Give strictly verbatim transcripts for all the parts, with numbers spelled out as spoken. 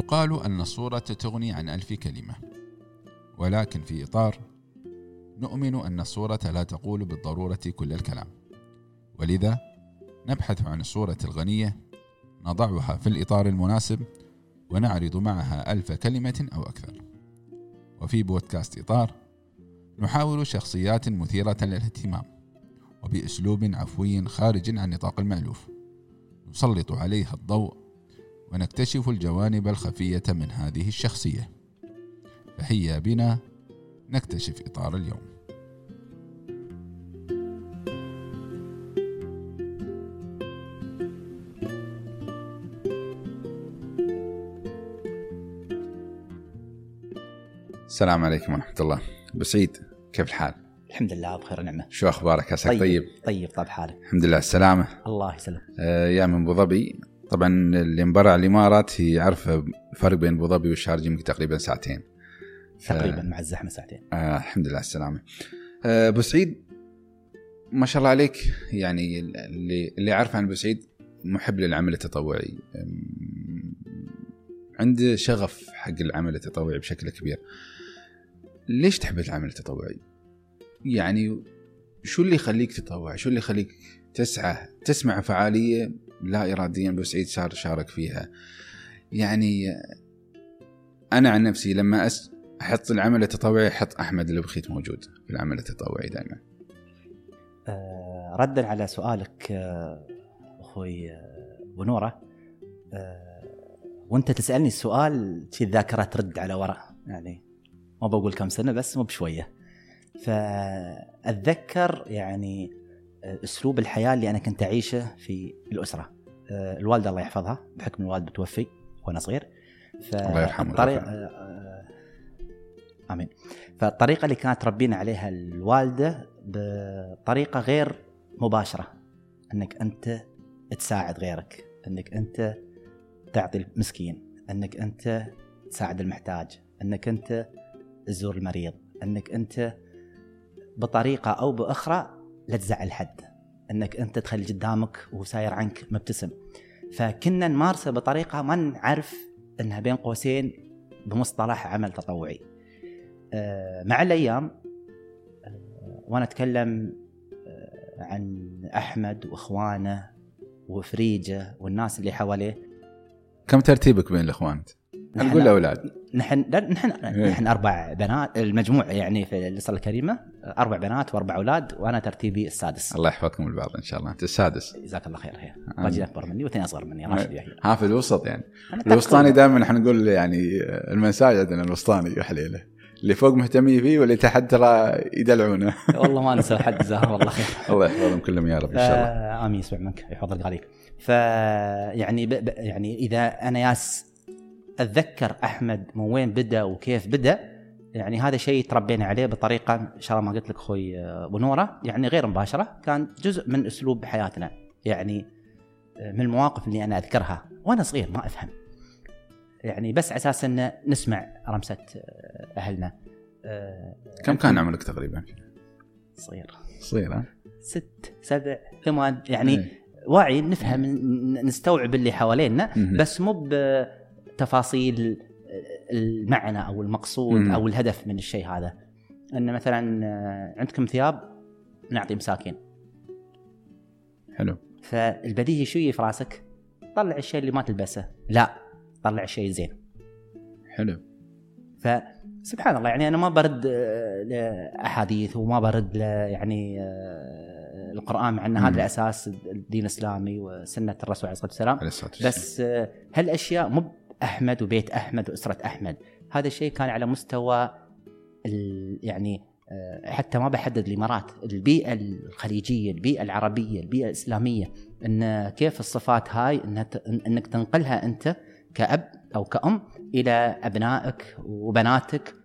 يقال أن الصورة تغني عن ألف كلمة، ولكن في إطار نؤمن أن الصورة لا تقول بالضرورة كل الكلام، ولذا نبحث عن الصورة الغنية، نضعها في الإطار المناسب ونعرض معها ألف كلمة أو أكثر. وفي بودكاست إطار نحاول شخصيات مثيرة للاهتمام وبأسلوب عفوي خارج عن نطاق المألوف، نسلط عليها الضوء ونكتشف الجوانب الخفية من هذه الشخصية. فهيا بنا نكتشف إطار اليوم. السلام عليكم ورحمة الله. بسعيد، كيف الحال؟ الحمد لله بخير ونعمة. شو أخبارك؟ عساك طيب؟ طيب طيب طيب حالك؟ الحمد لله السلامة. الله يسلم. آه يا من أبو ظبي. طبعا اللي مبرع الإمارات هي عارفة الفرق بين أبو ظبي والشارجة يمكن تقريبا ساعتين ف... تقريبا مع الزحمة ساعتين. آه الحمد لله السلامة. آه أبو سعيد ما شاء الله عليك، يعني اللي اللي عارف عن أبو سعيد محب للعمل التطوعي، عنده شغف حق العمل التطوعي بشكل كبير. ليش تحب العمل التطوعي؟ يعني شو اللي يخليك تتطوع؟ شو اللي يخليك تسعى تسمع فعالية لا إراديا أبو سعيد صار شارك فيها؟ يعني أنا عن نفسي لما أس أحط العمل التطوعي أحط أحمد البخيت موجود في العمل التطوعي دائما. أه ردا على سؤالك أه أخوي بنورة، أه وانت تسألني السؤال في الذاكرة ترد على وراء، يعني ما بقول كم سنة بس مو بشوية. فأتذكر يعني أسلوب الحياة اللي أنا كنت أعيشه في الأسرة. الوالدة الله يحفظها بحكم الوالد بتوفي وأنا صغير، الله يرحمه. الطريقة آمين. فالطريقة اللي كانت ربينا عليها الوالدة بطريقة غير مباشرة، أنك أنت تساعد غيرك، أنك أنت تعطي المسكين، أنك أنت تساعد المحتاج، أنك أنت تزور المريض، أنك أنت بطريقة أو بأخرى لا تزعل حد، أنك أنت تخلي قدامك وساير عنك مبتسم. فكنا نمارسه بطريقة ما نعرف أنها بين قوسين بمصطلح عمل تطوعي. أه مع الأيام أه وأنا أتكلم أه عن أحمد وإخوانه وفريجة والناس اللي حواليه. كم ترتيبك بين الإخوان؟ نقول الأولاد. نحن نحن نحن أربع بنات، المجموع يعني في الأسرة الكريمة أربع بنات وأربع أولاد، وأنا ترتيبي السادس. الله يحفظكم البعض إن شاء الله. أنت السادس. جزاك الله خير. هي راجل أكبر مني واثنين أصغر مني، راشد ويحيى. ها في الوسط يعني. الوسطاني دائما نحن نقول يعني المساجد عندنا الوسطاني وحليله، اللي فوق مهتمين فيه واللي تحت ترى يدلعونه. والله ما ننسى حد، جزاه الله خير. الله يحفظهم كلهم يا رب إن شاء الله. آمين. يسمع منك يحفظك عليك. فيعني ب... يعني إذا أنا ياس أتذكر أحمد من وين بدأ وكيف بدأ، يعني هذا شيء تربينا عليه بطريقة إن شاء الله ما قلت لك أخوي بنورة، يعني غير مباشرة، كان جزء من أسلوب حياتنا. يعني من المواقف اللي أنا أذكرها وأنا صغير ما أفهم، يعني بس أساس أن نسمع رمسة أهلنا. كم كان عمرك تقريبا؟ صغير صغير ها؟ ست سبع ثمان يعني ايه. واعي نفهم نستوعب اللي حوالينا، بس مو بتفاصيل المعنى أو المقصود مم. أو الهدف من الشيء هذا. أن مثلا عندكم ثياب نعطي مساكين، حلو، فالبديهي شو في راسك؟ طلع الشيء اللي ما تلبسه، لا طلع الشيء زين. حلو. فسبحان الله، يعني أنا ما برد لأحاديث وما برد يعني القرآن، مع أن هذا الأساس الدين الإسلامي وسنة الرسول عليه الصلاة والسلام، بس هالأشياء مو أحمد وبيت أحمد وأسرة أحمد. هذا الشيء كان على مستوى يعني حتى ما بحدد الإمارات، البيئة الخليجية، البيئة العربية، البيئة الإسلامية، إن كيف الصفات هاي إنك تنقلها أنت كأب أو كأم إلى أبنائك وبناتك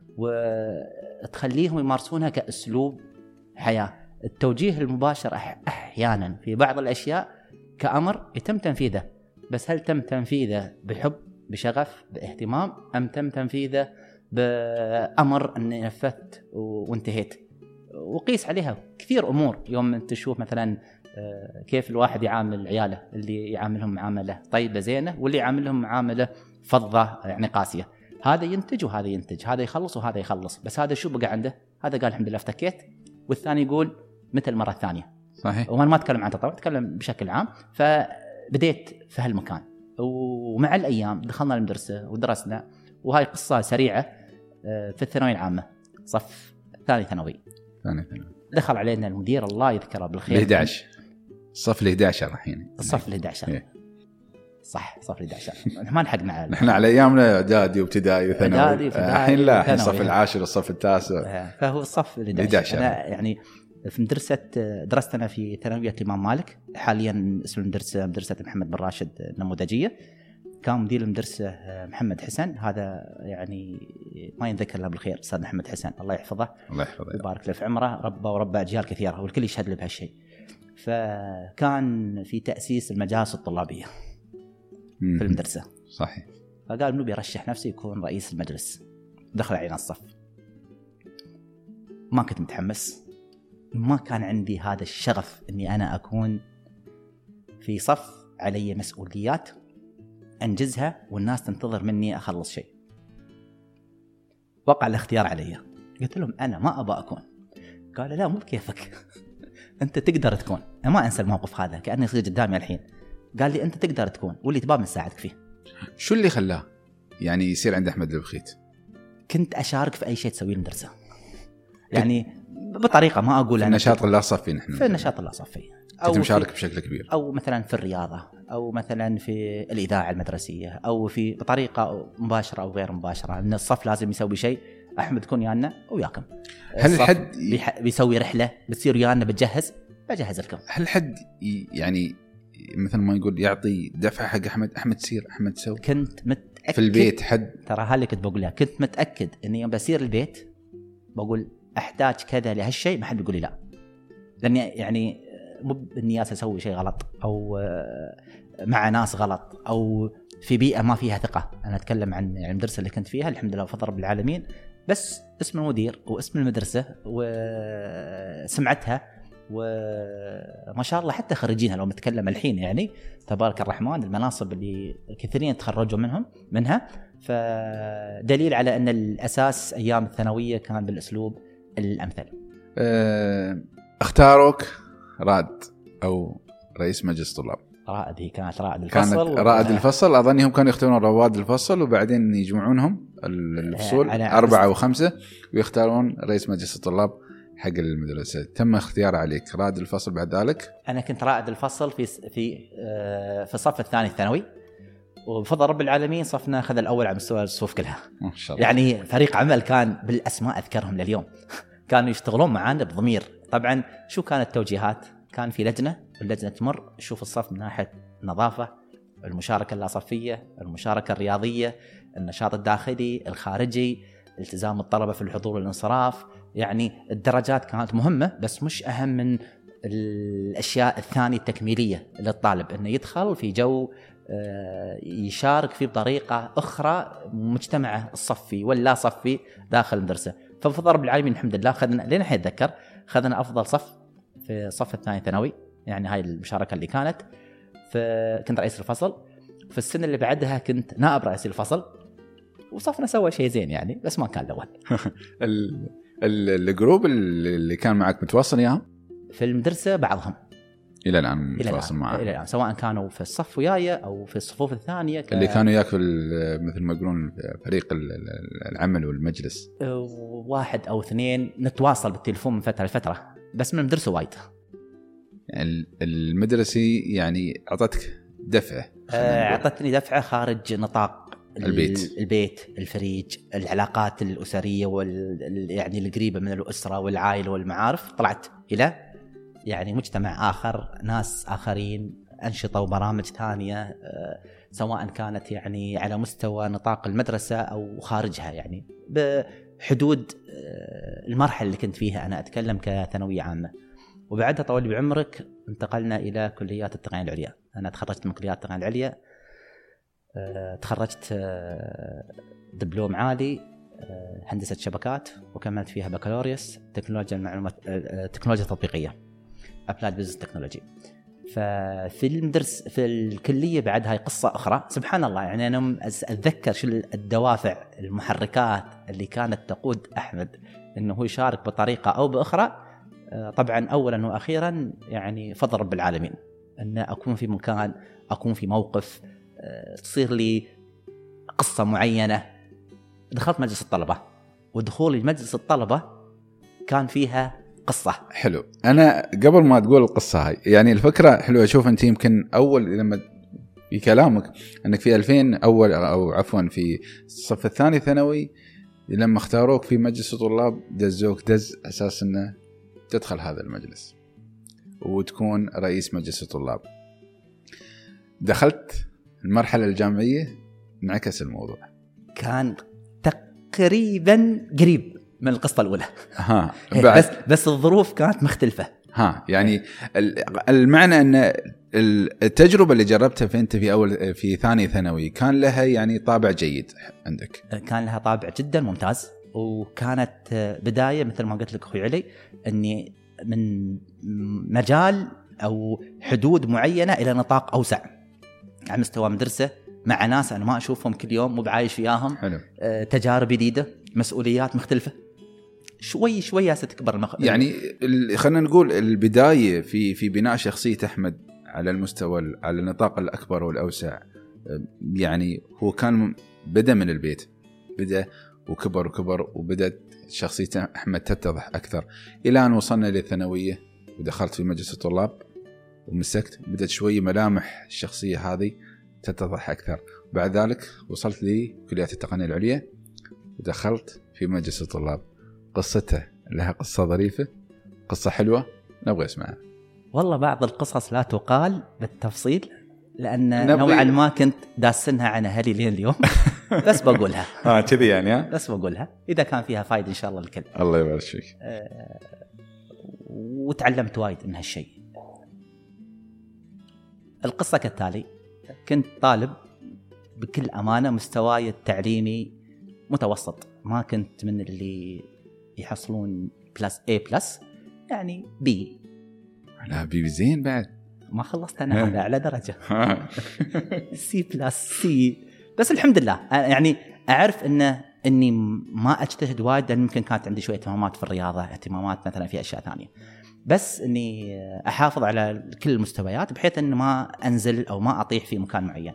وتخليهم يمارسونها كأسلوب حياة. التوجيه المباشر أحيانا في بعض الأشياء كأمر يتم تنفيذه، بس هل تم تنفيذه بحب، بشغف، باهتمام، أم تم تنفيذه بأمر أني نفذت وانتهيت؟ وقيس عليها كثير أمور. يوم أنت تشوف مثلا كيف الواحد يعامل عياله، اللي يعاملهم معاملة طيبة زينة واللي يعاملهم معاملة فضة يعني قاسية، هذا ينتج وهذا ينتج، هذا يخلص وهذا يخلص، بس هذا شو بقى عنده؟ هذا قال الحمد لله افتكيت، والثاني يقول متى المرة الثانية. صحيح. وأنا ما أتكلم عن تطوع، أتكلم بشكل عام. فبديت في هالمكان، ومع الأيام دخلنا المدرسة ودرسنا. وهاي قصة سريعة. في الثانوية العامة صف ثاني ثانوي ثاني ثانوي دخل علينا المدير الله يذكره بالخير، ال إحدى عشر الصف ال إحدى عشر الحين الصف ال إحدى عشر صح، صف ال إحدى عشر ما لحقنا. نحن على ايامنا اعدادي وابتدائي وثانوي، الحين لا، الحين الصف العاشر والصف التاسع، فهو الصف ال إحدى عشر. انا يعني في مدرسة درست أنا في ثانوية الإمام مالك، حاليا اسم المدرسة مدرسة محمد بن راشد النموذجية. كان مدير المدرسة محمد حسن، هذا يعني ما ينذكر له بالخير، أستاذ محمد حسن الله يحفظه الله يحفظه ويبارك له في عمره، ربى وربى أجيال كثيرة والكل يشهد له بهالشيء. فكان في تأسيس المجالس الطلابية في المدرسة. صحيح. فقال منو بيرشح نفسه يكون رئيس المجلس. دخل علينا الصف، ما كنت متحمس، ما كان عندي هذا الشغف اني انا اكون في صف علي مسؤوليات انجزها والناس تنتظر مني اخلص شيء. وقع الاختيار علي، قلت لهم انا ما ابى اكون. قال لا مو بكيفك انت تقدر تكون. أنا ما انسى الموقف هذا كأنه يصير قدامي الحين. قال لي انت تقدر تكون واللي تبغى نساعدك فيه. شو اللي خلاه يعني يصير عند احمد البخيت؟ كنت اشارك في اي شيء تسويه المدرسه، يعني بطريقه ما اقول في النشاط اللي صفي نحن في النشاط اللي صفي كنت مشارك بشكل كبير، او مثلا في الرياضه، او مثلا في الاذاعه المدرسيه، او في بطريقه مباشره او غير مباشره. ان الصف لازم يسوي شيء، احمد كون يانا وياكم. هل الحد بيسوي رحله بتصير يانا بتجهز بجهز لكم. هل الحد يعني مثل ما يقول يعطي دفعه حق احمد احمد سير احمد سو؟ كنت متاكد في البيت حد ترى هاللي كنت بقول لها، كنت متاكد اني يوم بسير البيت بقول احتاج كذا لهالشيء، ما حد بيقول لي لا، لاني يعني مو اني اسوي شيء غلط او مع ناس غلط او في بيئه ما فيها ثقه. انا اتكلم عن يعني المدرسه اللي كنت فيها الحمد لله بفضل رب العالمين، بس اسم المدير واسم المدرسه وسمعتها وما شاء الله حتى خريجينها لو نتكلم الحين يعني تبارك الرحمن، المناصب اللي كثيرين تخرجوا منهم منها، فدليل على ان الاساس ايام الثانويه كان بالاسلوب الامثل. اختاروك رائد او رئيس مجلس طلاب. رائد هي كانت رائد الفصل، كانت رائد الفصل. اظنهم كانوا يختارون رواد الفصل وبعدين يجمعونهم الفصول أربعة وخمسة ويختارون رئيس مجلس الطلاب حق المدرسة. تم اختيار عليك رائد الفصل بعد ذلك؟ أنا كنت رائد الفصل في في في الصف الثاني الثانوي، وبفضل رب العالمين صفنا أخذ الأول على مستوى الصفوف كلها ما شاء الله. يعني فريق عمل كان بالأسماء أذكرهم لليوم كانوا يشتغلون معانا بضمير. طبعا شو كانت التوجيهات؟ كان في لجنة، اللجنة تمر تشوف الصف من ناحية النظافة، المشاركة اللاصفية، المشاركة الرياضية، النشاط الداخلي الخارجي، التزام الطلبة في الحضور والانصراف. يعني الدرجات كانت مهمة بس مش أهم من الأشياء الثانية التكميلية للطالب، أنه يدخل في جو يشارك فيه بطريقة أخرى مجتمعه الصفي ولا صفي داخل المدرسة. فبفضل رب العالمين الحمد لله خذنا لين الحين أتذكر خذنا أفضل صف في الصف الثاني ثانوي، يعني هاي المشاركة اللي كانت. فكنت رئيس الفصل. في السنة اللي بعدها كنت نائب رئيس الفصل، وصفنا سوى شيء زين يعني بس ما كان الأول. الجروب اللي كان معك متواصل ياهم في المدرسة بعضهم إلى الآن متواصل معه إلى الآن، سواء كانوا في الصف وياي أو في الصفوف الثانية ك... اللي كانوا ياك مثل ما يقولون فريق العمل والمجلس. واحد أو اثنين نتواصل بالتليفون من فترة لفترة، بس من المدرسة وايد. يعني المدرسي يعني أعطتك دفعة أعطتني دفعة خارج نطاق البيت البيت الفريج، العلاقات الأسرية وال يعني القريبة من الأسرة والعائلة والمعارف. طلعت إلى يعني مجتمع آخر، ناس آخرين، أنشطة وبرامج ثانية سواء كانت يعني على مستوى نطاق المدرسة أو خارجها، يعني بحدود المرحلة اللي كنت فيها أنا أتكلم كثانوية عامة. وبعدها طول بعمرك انتقلنا إلى كليات التقنية العليا. أنا تخرجت من كليات التقنية العليا، تخرجت دبلوم عالي هندسة شبكات، وكملت فيها بكالوريوس تكنولوجيا المعلومات، تكنولوجيا تطبيقية Applied Business Technology. ففي المدرس في الكلية بعد هاي قصة أخرى سبحان الله. يعني أنا أتذكر شو الدوافع المحركات اللي كانت تقود أحمد أنه هو يشارك بطريقة أو بأخرى. طبعا أولا وأخيرا يعني فضل رب العالمين أن أكون في مكان، أكون في موقف، تصير لي قصة معينة. دخلت مجلس الطلبة، ودخولي مجلس الطلبة كان فيها قصة. حلو. أنا قبل ما تقول القصة هاي يعني الفكرة حلوة. أشوف أنت يمكن أول لما في كلامك أنك في ألفين أول أو عفوا في الصف الثاني ثانوي لما اختاروك في مجلس الطلاب دزوك دز أساس أنه تدخل هذا المجلس وتكون رئيس مجلس الطلاب. دخلت المرحلة الجامعية انعكس الموضوع. كان تقريبا قريب من القصة الأولى. ها بس بس الظروف كانت مختلفة. ها يعني المعنى أن التجربة اللي جربتها في أنت في أول في ثاني ثانوي كان لها يعني طابع جيد عندك. كان لها طابع جدا ممتاز، وكانت بداية مثل ما قلت لك أخوي علي أني من مجال أو حدود معينة إلى نطاق أوسع على مستوى مدرسة مع ناس أنا ما أشوفهم كل يوم مو بعايش وياهم. حلو. تجارب جديدة، مسؤوليات مختلفة، شوي شوي ستكبر المخ... يعني خلينا نقول البداية في في بناء شخصية أحمد على المستوى على النطاق الأكبر والأوسع. يعني هو كان بدأ من البيت، بدأ وكبر وكبر وبدأت شخصية أحمد تتضح أكثر إلى أن وصلنا للثانوية ودخلت في مجلس الطلاب ومسكت، بدأت شوي ملامح الشخصية هذه تتضح أكثر. بعد ذلك وصلت لي كلية التقنية العليا ودخلت في مجلس الطلاب. قصته لها قصة ظريفة، قصة حلوة نبغى اسمعها. والله بعض القصص لا تقال بالتفصيل لأن نوعا ما كنت داسنها عن أهلي لين اليوم بس بقولها. آه كذي يعني ها؟ بس بقولها إذا كان فيها فايدة إن شاء الله الكل. الله يبارك فيك. أه وتعلمت وايد من هالشيء. القصة كالتالي: كنت طالب بكل أمانة مستواي التعليمي متوسط، ما كنت من اللي يحصلون بلس A بلس، يعني B. لا بي زين بعد ما خلصت أنا هذا على درجة C بلس C. بس الحمد لله يعني أعرف إنه إني ما أجتهد وايد لأن ممكن كانت عندي شوية اهتمامات في الرياضة، اهتمامات مثلا في أشياء ثانية، بس إني أحافظ على كل المستويات بحيث إن ما أنزل أو ما أطيح في مكان معين.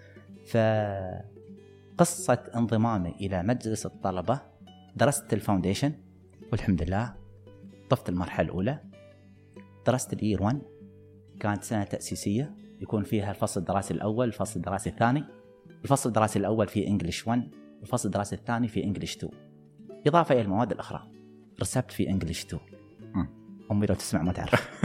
فقصة انضمامي إلى مجلس الطلبة، درست الفاونديشن والحمد لله طفت المرحلة الأولى، درست الإير واحد، كانت سنة تأسيسية يكون فيها الفصل الدراسي الأول، الفصل الدراسي الثاني. الفصل الدراسي الأول في إنجليش واحد، الفصل الدراسي الثاني في إنجليش اثنين، إضافة إلى المواد الأخرى. رسبت في إنجليش اثنين. أمي لو تسمع ما تعرف.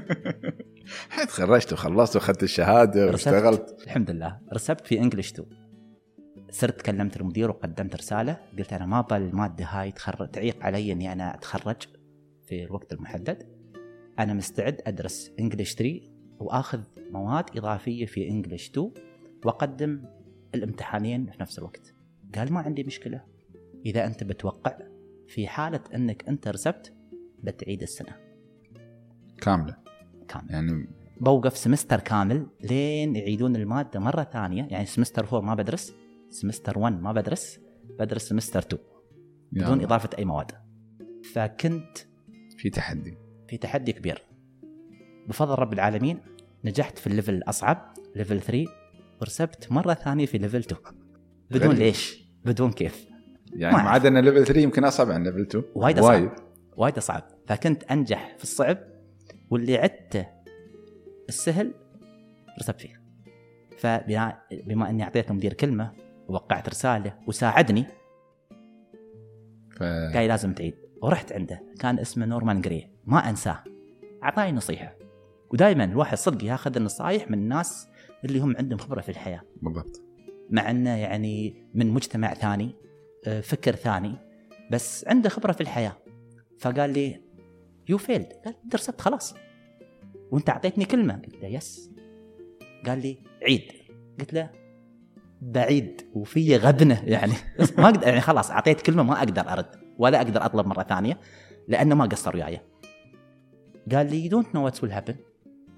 تخرجت وخلصت وأخذت الشهادة واشتغلت الحمد لله. رسبت في إنجليش اثنين، صرت كلمت المدير وقدمت رسالة، قلت أنا ما بالمادة هاي تخرج تعيق علي إني أنا أتخرج في الوقت المحدد، أنا مستعد أدرس إنجليش ثلاثة وأخذ مواد إضافية في إنجليش اثنين وأقدم الامتحانين في نفس الوقت. قال ما عندي مشكلة، إذا أنت بتوقع في حالة أنك أنت رسبت بتعيد السنة كاملة. كامل. يعني بوقف سمستر كامل لين يعيدون المادة مرة ثانية. يعني سمستر أربعة ما بدرس، سمستر واحد ما بدرس، بدرس سمستر اثنين بدون يعني إضافة أي مواد. فكنت في تحدي في تحدي كبير. بفضل رب العالمين نجحت في الليفل الأصعب ليفل ثلاثة، ورسبت مرة ثانية في ليفل اثنين بدون غريب. ليش بدون كيف يعني ما عاد أن ليفل ثلاثة يمكن أصعب عن ليفل اثنين، وايد أصعب وايد أصعب. فكنت أنجح في الصعب واللي عدته السهل رسبت فيه. فبما أني أعطيت المدير كلمة ووقعت رسالة وساعدني ف... قال لازم تعيد. ورحت عنده، كان اسمه نورمان جري، ما أنساه، أعطاني نصيحة. ودائما الواحد صدق ياخذ النصايح من الناس اللي هم عندهم خبرة في الحياة، بالضبط، مع أنه يعني من مجتمع ثاني، فكر ثاني، بس عنده خبرة في الحياة. فقال لي يو فيلد، قال درست خلاص وانت أعطيتني كلمة. قلت له يس. قال لي عيد. قلت له بعيد وفي غبنة يعني ما أقدر، يعني خلاص أعطيت كلمة ما أقدر أرد ولا أقدر أطلب مرة ثانية لأنه ما قصر وياي. قال لي you don't know what will happen.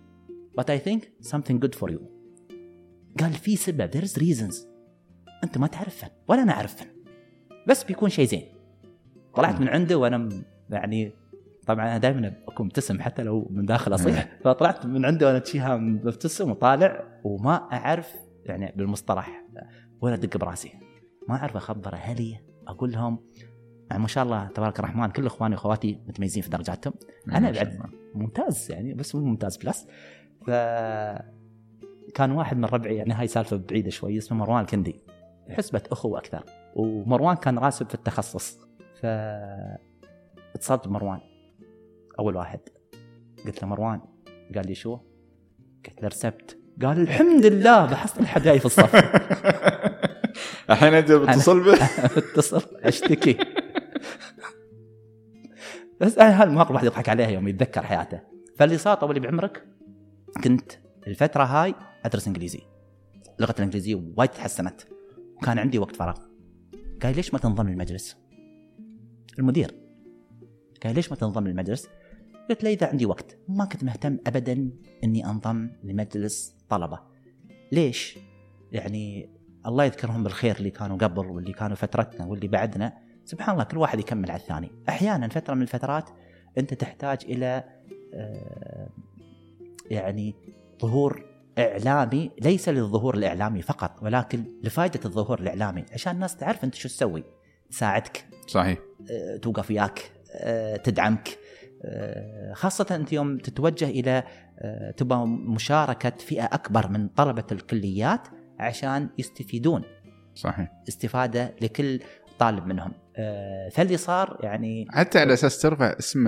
but I think something good for you. قال في سبب, there's reasons. أنت ما تعرفها ولا أنا أعرفها, بس بيكون شيء زين. طلعت من عنده وأنا يعني طبعا أنا دائما أكون مبتسم حتى لو من داخل أصيح, فطلعت من عنده وأنا تشيها مبتسم وطالع وما أعرف يعني بالمصطلح ولا دق براسي, ما أعرف أخبر أهلي أقول لهم يعني ما شاء الله تبارك الرحمن كل إخواني وأخواتي متميزين في درجاتهم, أنا بعد ممتاز يعني بس مو ممتاز بلس. فكان واحد من ربعي يعني هاي سالفة بعيدة شوي اسمه مروان الكندي, حسبة أخوة أكثر, ومروان كان راسب في التخصص. فاتصلت بمروان أول واحد, قلت له مروان, قال لي شو؟ قلت له رسبت. قال الحمد لله بحصل حد جاي في الصف. الحين أنت بتصل به؟ بتصل أشتكي. بس أنا هالمواقف واحد يضحك عليها يوم يتذكر حياته. فاللي صار طول بعمرك, كنت الفترة هاي أدرس إنجليزي, لغة الإنجليزية وايد تحسنت, وكان عندي وقت فراغ. قال ليش ما تنضم للمجلس؟ المدير قال ليش ما تنضم للمجلس؟ قلت له إذا عندي وقت. ما كنت مهتم أبدا أني أنضم لمجلس طلبة. ليش؟ يعني الله يذكرهم بالخير اللي كانوا قبل واللي كانوا فترتنا واللي بعدنا, سبحان الله كل واحد يكمل على الثاني. أحيانا فترة من الفترات أنت تحتاج إلى يعني ظهور إعلامي, ليس للظهور الإعلامي فقط ولكن لفائدة الظهور الإعلامي, عشان الناس تعرف أنت شو تسوي, تساعدك, صحيح, توقف وياك, تدعمك, خاصة أنت يوم تتوجه إلى تبقى مشاركة فئة أكبر من طلبة الكليات عشان يستفيدون, صحيح, استفادة لكل طالب منهم. فاللي صار يعني حتى على أساس ترفع اسم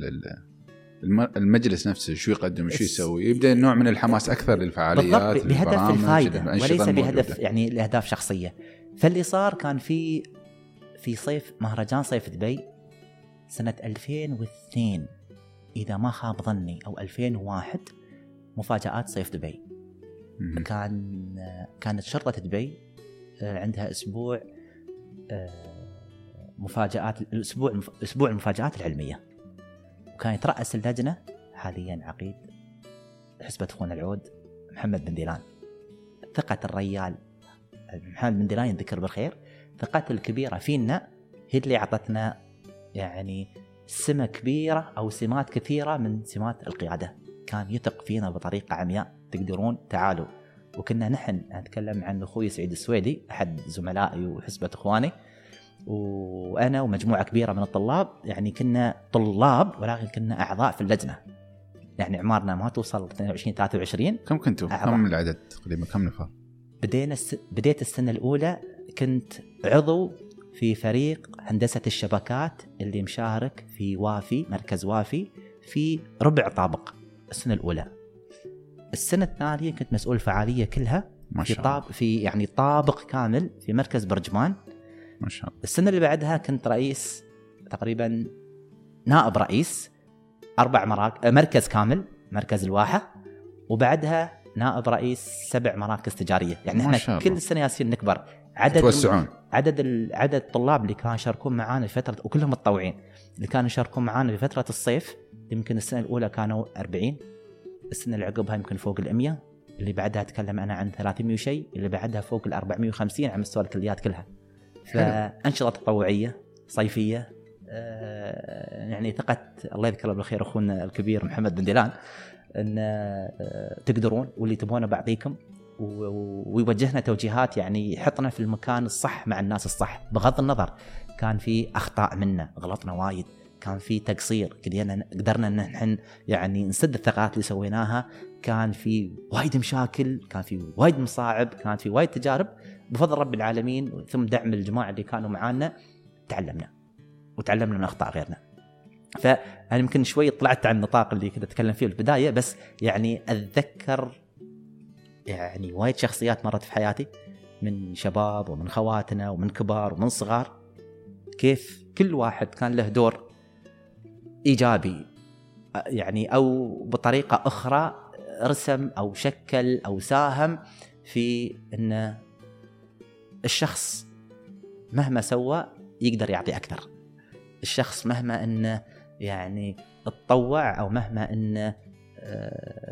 المجلس نفسه, شو يقدم وشو يسوي, يبدأ نوع من الحماس أكثر للفعاليات بهدف الفائدة وليس بهدف يعني الأهداف شخصية. فاللي صار كان في في صيف مهرجان صيف دبي سنة ألفين واثنين إذا ما خاب ظني, أو ألفين وواحد, مفاجآت صيف دبي. كان كانت شرطة دبي عندها أسبوع مفاجآت, الأسبوع أسبوع المفاجآت العلمية, وكان يترأس اللجنة حاليا عقيد حسبة أخونا العود محمد بن ديلان. ثقة الرجال محمد بن ديلان يذكر بالخير, ثقته الكبيرة فينا هي اللي عطتنا يعني سمة كبيرة أو سمات كثيرة من سمات القيادة. كان يثق فينا بطريقة عمياء, تقدرون تعالوا. وكنا نحن أتكلم عن أخوي سعيد السويدي أحد زملائي وحسبة أخواني, وأنا ومجموعة كبيرة من الطلاب, يعني كنا طلاب ولكن كنا أعضاء في اللجنة, يعني عمارنا ما توصل اثنين وعشرين ثلاثة وعشرين. كم كنتوا؟ كم العدد تقريبا؟ كم نفر؟ بدينا الس... بديت السنة الأولى كنت عضو في فريق هندسة الشبكات اللي مشارك في وافي, مركز وافي, في ربع طابق السنة الأولى. السنة الثانية كنت مسؤول فعالية كلها في طاب في يعني طابق كامل في مركز برجمان, ما شاء الله. السنة اللي بعدها كنت رئيس تقريبا نائب رئيس أربع مراكز, مركز كامل مركز الواحة, وبعدها نائب رئيس سبع مراكز تجارية. يعني احنا كل سنة ياسين نكبر. عدد توسعون. عدد عدد الطلاب اللي كانوا يشاركون معانا في فترة, وكلهم متطوعين, اللي كانوا يشاركون معانا في فترة الصيف يمكن السنة الأولى كانوا أربعين, السنة اللي عقبها يمكن فوق الأمية, اللي بعدها أتكلم أنا عن ثلاثمية وشيء, اللي بعدها فوق الأربعمية وخمسين على مستوى الكليات كلها. فأنشطة تطوعية صيفية. آه يعني ثقة الله يذكره بالخير أخونا الكبير محمد بن ديلان أن آه تقدرون واللي تبونه بعطيكم, ويوجهنا توجيهات يعني يحطنا في المكان الصح مع الناس الصح. بغض النظر كان في أخطاء منا, غلطنا وايد, كان في تقصير, قدرنا قدرنا ان نحن يعني نسد الثغرات اللي سويناها, كان في وايد مشاكل, كان في وايد مصاعب, كان في وايد تجارب. بفضل رب العالمين ثم دعم الجماعة اللي كانوا معانا تعلمنا وتعلمنا من أخطاء غيرنا. فأنا يمكن شوي طلعت عن النطاق اللي كنت أتكلم فيه في البداية, بس يعني أتذكر يعني وايد شخصيات مرت في حياتي من شباب ومن خواتنا ومن كبار ومن صغار, كيف كل واحد كان له دور إيجابي يعني أو بطريقة أخرى رسم أو شكل أو ساهم في أن الشخص مهما سوى يقدر يعطي أكثر. الشخص مهما أنه يعني اتطوع أو مهما أنه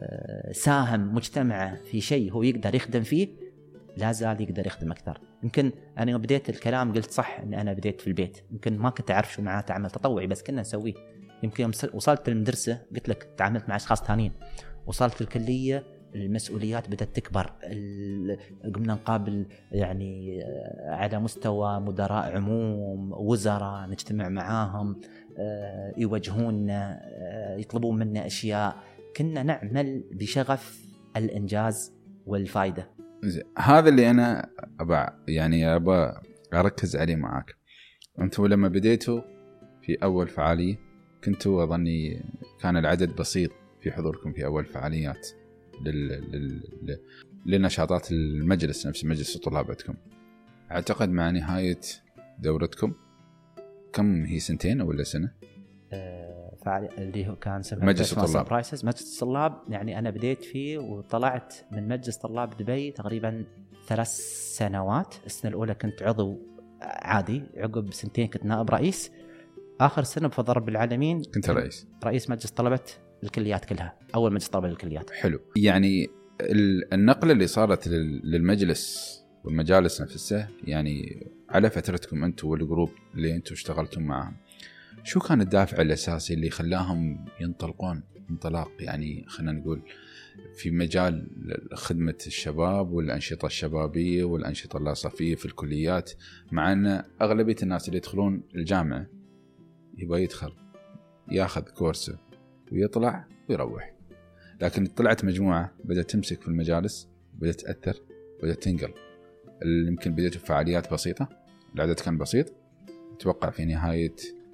ساهم مجتمعه في شيء هو يقدر يخدم فيه لا زال يقدر يخدم أكثر. يمكن أنا يوم بديت الكلام قلت صح أن أنا بديت في البيت، يمكن ما كنت أعرف شو معناته عمل تطوعي بس كنا نسويه. يمكن يوم وصلت المدرسة قلت لك تعاملت مع أشخاص ثانيين، وصلت الكلية المسؤوليات بدأت تكبر، قمنا نقابل يعني على مستوى مدراء عموم وزراء نجتمع معاهم يوجهوننا يطلبون منا أشياء، كنا نعمل بشغف الإنجاز والفائدة. هذا اللي أنا أبا يعني أبا أركز عليه معاك. أنتوا لما بديتوا في أول فعالية كنتوا أظني كان العدد بسيط في حضوركم في أول فعاليات لل... لل... لنشاطات المجلس نفسه، مجلس الطلاب عندكم. أعتقد مع نهاية دورتكم كم هي سنتين ولا سنة؟ أه فعالي اللي هو كان مجلس الطلاب. مجلس الطلاب يعني أنا بديت فيه وطلعت من مجلس طلاب دبي تقريبا ثلاث سنوات. السنة الأولى كنت عضو عادي، عقب سنتين كنت نائب رئيس، آخر سنة بفضل رب العالمين كنت رئيس رئيس مجلس طلبة الكليات كلها، أول مجلس طلبة الكليات. حلو. يعني النقلة اللي صارت للمجلس والمجالس نفسها يعني على فترتكم أنتوا والجروب اللي أنتوا اشتغلتم معهم، شو كان الدافع الأساسي اللي خلاهم ينطلقون انطلاق يعني خلينا نقول في مجال خدمة الشباب والأنشطة الشبابية والأنشطة اللاصقية في الكليات، مع أن أغلبية الناس اللي يدخلون الجامعة يبغى يدخل ياخذ كورسه ويطلع ويروح، لكن طلعت مجموعة بدأت تمسك في المجالس، بدأت تأثر، بدأت تنقل. يمكن بدأت بفعاليات بسيطة، العدد كان بسيط، أتوقع في نهاية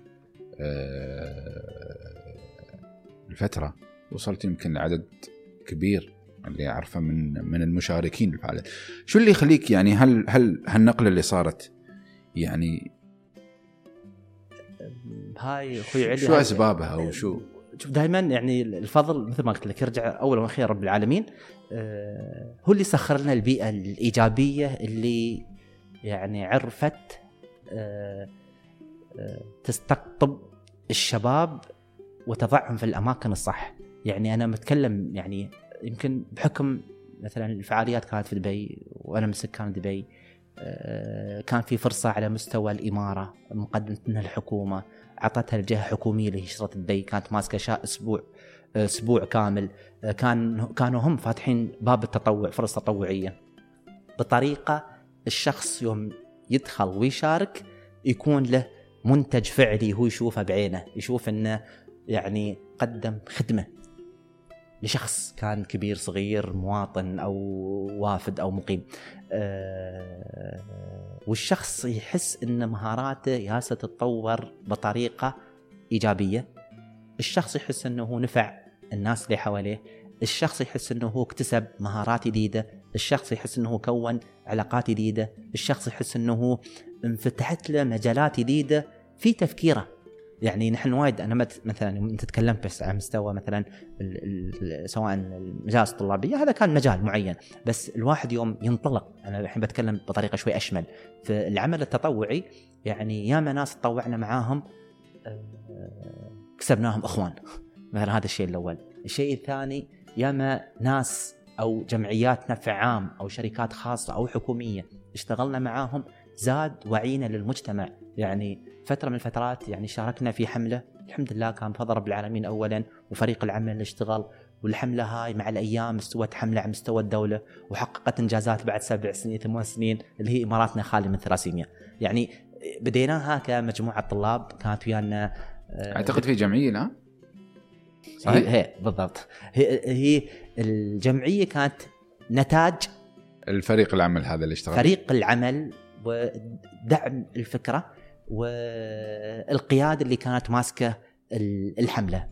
الفترة وصلت يمكن لعدد كبير اللي أعرفه من من المشاركين بالفعاليات. شو اللي يخليك يعني هل هل هالنقلة اللي صارت يعني هاي أخوي علي شو أسبابها أو شو؟ شوف دائما يعني الفضل مثل ما قلت لك يرجع أول وأخير رب العالمين. هو اللي سخر لنا البيئة الإيجابية اللي يعني عرفت تستقطب الشباب وتضعهم في الأماكن الصح. يعني أنا متكلم يعني يمكن بحكم مثلا الفعاليات كانت في دبي وأنا من سكان دبي، كان في فرصة على مستوى الإمارة مقدمتها الحكومة عطتها الجهة حكومية اللي هي شرطة دبي، كانت ماسكة شاء أسبوع أسبوع كامل، كان كانوا هم فاتحين باب التطوع، فرص تطوعية بطريقة الشخص يوم يدخل ويشارك يكون له منتج فعلي هو يشوفه بعينه، يشوف إنه يعني قدم خدمة لشخص كان كبير صغير مواطن أو وافد أو مقيم، أه والشخص يحس إن مهاراته ياسة تتطور بطريقة إيجابية، الشخص يحس إنه هو نفع الناس اللي حواليه، الشخص يحس إنه هو اكتسب مهارات جديدة، الشخص يحس إنه هو كون علاقات جديدة، الشخص يحس إنه هو انفتحت له مجالات جديدة في تفكيره. يعني نحن وايد أنا مثلا أنت تكلمت بس على مستوى مثلا ال ال سواء المجالس الطلابية هذا كان مجال معين، بس الواحد يوم ينطلق، أنا الحين بتكلم بطريقة شوي أشمل في العمل التطوعي، يعني ياما ناس تطوعنا معاهم كسبناهم أخوان مثلا، هذا الشيء الأول. الشيء الثاني ياما ناس أو جمعيات نفع عام أو شركات خاصة أو حكومية اشتغلنا معاهم زاد وعينا للمجتمع. يعني فترة من الفترات يعني شاركنا في حملة الحمد لله كان بفضل رب العالمين أولا وفريق العمل اللي اشتغل، والحملة هاي مع الأيام استوت حملة على مستوى الدولة وحققت إنجازات بعد سبع سنين ثمان سنين اللي هي إماراتنا خالية من ثلاسيميا. يعني بديناها كمجموعة طلاب كانت ويانا أعتقد في جمعية لا هي, هي بالضبط هي, هي الجمعية كانت نتاج الفريق العمل هذا اللي اشتغل، فريق العمل ودعم الفكرة والقيادة اللي كانت ماسكة الحملة.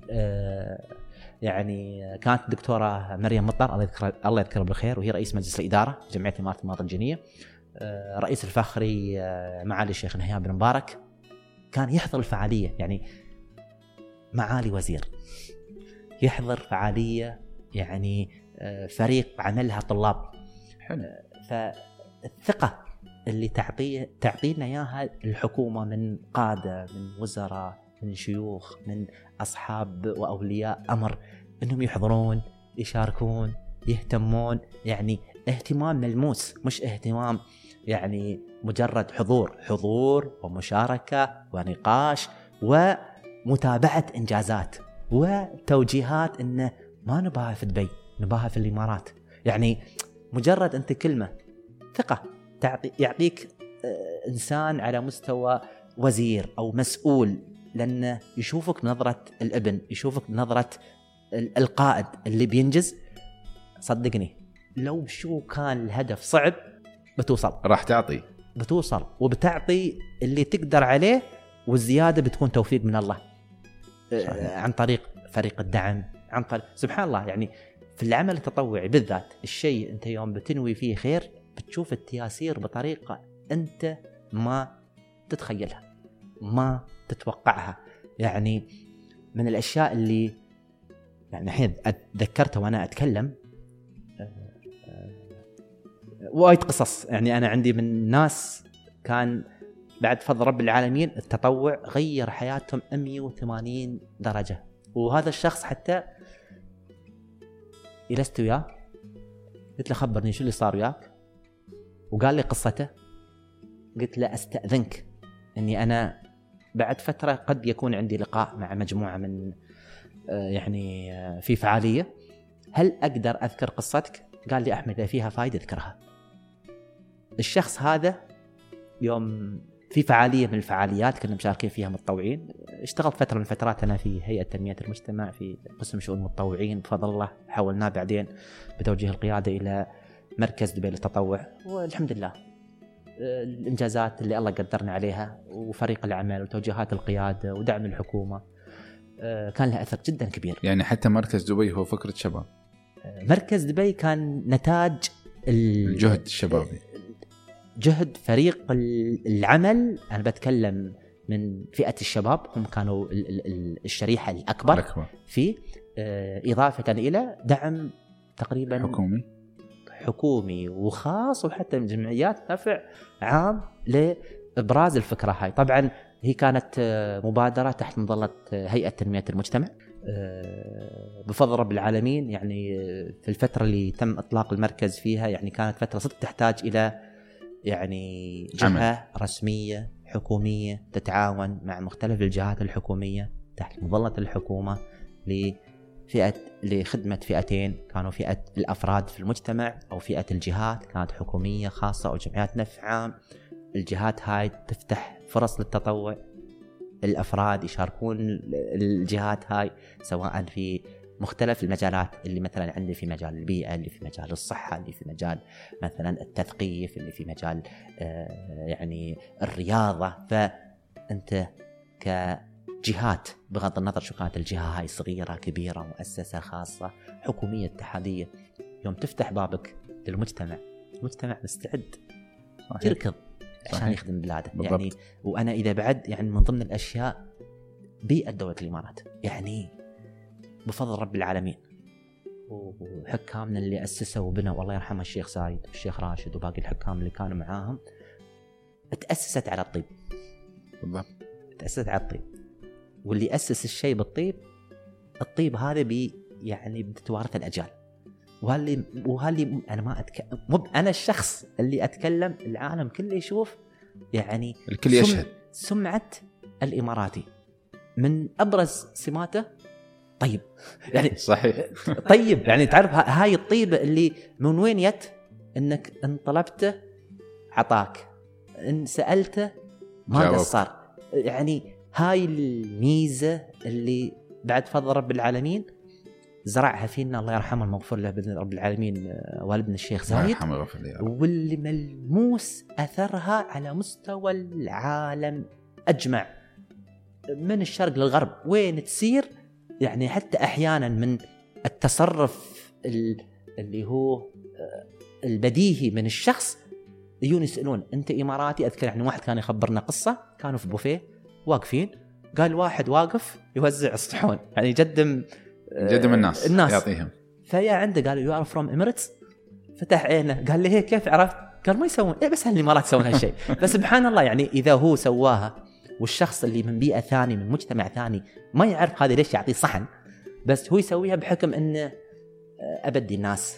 يعني كانت الدكتورة مريم مطر الله يذكرها الله يذكرها بالخير، وهي رئيس مجلس الإدارة جمعية إمارة المناطق الجنية. رئيس الفخري معالي الشيخ نهيان بن مبارك كان يحضر الفعالية، يعني معالي وزير يحضر فعالية، يعني فريق عملها طلاب. حلو. فالثقة اللي تعطيه تعطينا اياها الحكومه من قاده من وزراء من شيوخ من اصحاب واولياء امر انهم يحضرون يشاركون يهتمون، يعني اهتمام ملموس، مش اهتمام يعني مجرد حضور حضور ومشاركة ونقاش ومتابعة إنجازات وتوجيهات إنه ما نباها في دبي، نباها في الإمارات. يعني مجرد أنت كلمة ثقة تعطي يعطيك إنسان على مستوى وزير أو مسؤول، لأنه يشوفك بنظرة الابن، يشوفك بنظرة القائد اللي بينجز. صدقني لو شو كان الهدف صعب بتوصل، راح تعطي بتوصل وبتعطي اللي تقدر عليه، والزيادة بتكون توفيق من الله. صحيح. عن طريق فريق الدعم، عن طريق سبحان الله. يعني في العمل التطوعي بالذات الشيء أنت يوم بتنوي فيه خير بتشوف التياسير بطريقة أنت ما تتخيلها، ما تتوقعها. يعني من الأشياء اللي يعني الحين أتذكرتها وأنا أتكلم وايد قصص. يعني أنا عندي من ناس كان بعد فضل رب العالمين التطوع غير حياتهم مئة وثمانين درجة، وهذا الشخص حتى جلست وياه قلت له خبرني شو اللي صار وياك، وقال لي قصته. قلت له أستأذنك أني أنا بعد فترة قد يكون عندي لقاء مع مجموعة من يعني في فعالية، هل أقدر أذكر قصتك؟ قال لي أحمد فيها فايدة أذكرها. الشخص هذا يوم في فعالية من الفعاليات كنا مشاركين فيها متطوعين، اشتغلت فترة من الفترات أنا في هيئة تنمية المجتمع في قسم شؤون المتطوعين، بفضل الله حولناه بعدين بتوجيه القيادة إلى مركز دبي للتطوع، والحمد لله الإنجازات اللي الله قدرنا عليها وفريق العمل وتوجيهات القيادة ودعم الحكومة كان لها أثر جدا كبير. يعني حتى مركز دبي هو فكرة شباب، مركز دبي كان نتاج الجهد الشبابي، جهد فريق العمل. أنا بتكلم من فئة الشباب، هم كانوا الشريحة الأكبر الأكبر. في إضافة إلى دعم تقريبا حكومي حكومي وخاص وحتى من جمعيات نفع عام لإبراز الفكرة هاي. طبعا هي كانت مبادرة تحت مظلة هيئة تنمية المجتمع بفضل رب العالمين. يعني في الفترة اللي تم إطلاق المركز فيها يعني كانت فترة صدق تحتاج إلى يعني جهة عمل. رسمية حكومية تتعاون مع مختلف الجهات الحكومية تحت مظلة الحكومة لفئة لخدمة فئتين، كانوا فئة الأفراد في المجتمع أو فئة الجهات كانت حكومية خاصة أو جمعيات نفع عام. الجهات هاي تفتح فرص للتطوع، الأفراد يشاركون الجهات هاي سواء في مختلف المجالات اللي مثلا عندي في مجال البيئة، اللي في مجال الصحة، اللي في مجال مثلا التثقيف، اللي في مجال آه يعني الرياضة. فأنت كجهات بغض النظر شو كانت الجهة هاي صغيرة كبيرة مؤسسة خاصة حكومية اتحادية، يوم تفتح بابك للمجتمع المجتمع مستعد يركض عشان يخدم بلاده. يعني وأنا إذا بعد يعني من ضمن الأشياء بيئة دولة الإمارات، يعني بفضل رب العالمين وحكامنا اللي أسسوا وبنوا والله يرحمه الشيخ زايد والشيخ راشد وباقي الحكام اللي كانوا معاهم، تأسست على الطيب. بالضبط تأسست على الطيب، واللي أسس الشيء بالطيب الطيب هذا بي يعني بتتوارث الأجيال. وهاللي وهاللي أنا ما أتكلم مو أنا الشخص اللي أتكلم، العالم كله يشوف يعني الكل يشهد سمعة الإماراتي من أبرز سماته طيب. يعني صحيح طيب يعني تعرف هاي الطيبة اللي من وين يت؟ إنك إن طلبته عطاك، إن سألته ما قصر. يعني هاي الميزة اللي بعد فضل رب العالمين زرعها فينا الله يرحمه المغفور له بإذن رب العالمين والدنا الشيخ زايد، واللي ملموس أثرها على مستوى العالم أجمع من الشرق للغرب وين تسير. يعني حتى أحيانا من التصرف اللي هو البديهي من الشخص يجون يسألون أنت إماراتي؟ أذكر يعني واحد كان يخبرنا قصة، كانوا في بوفيه واقفين، قال واحد واقف يوزع الصحون يعني يقدم يقدم الناس, الناس يعطيهم، فيا عنده قال يو ار فروم إميريتس، فتح عينه قال لي هيك كيف عرفت؟ قال ما يسوون إيه بس هالإمارات يسوون هالشيء. فسبحان الله يعني إذا هو سواها والشخص اللي من بيئة ثانية من مجتمع ثاني ما يعرف هذا ليش يعطيه صحن، بس هو يسويها بحكم أنه ابدي الناس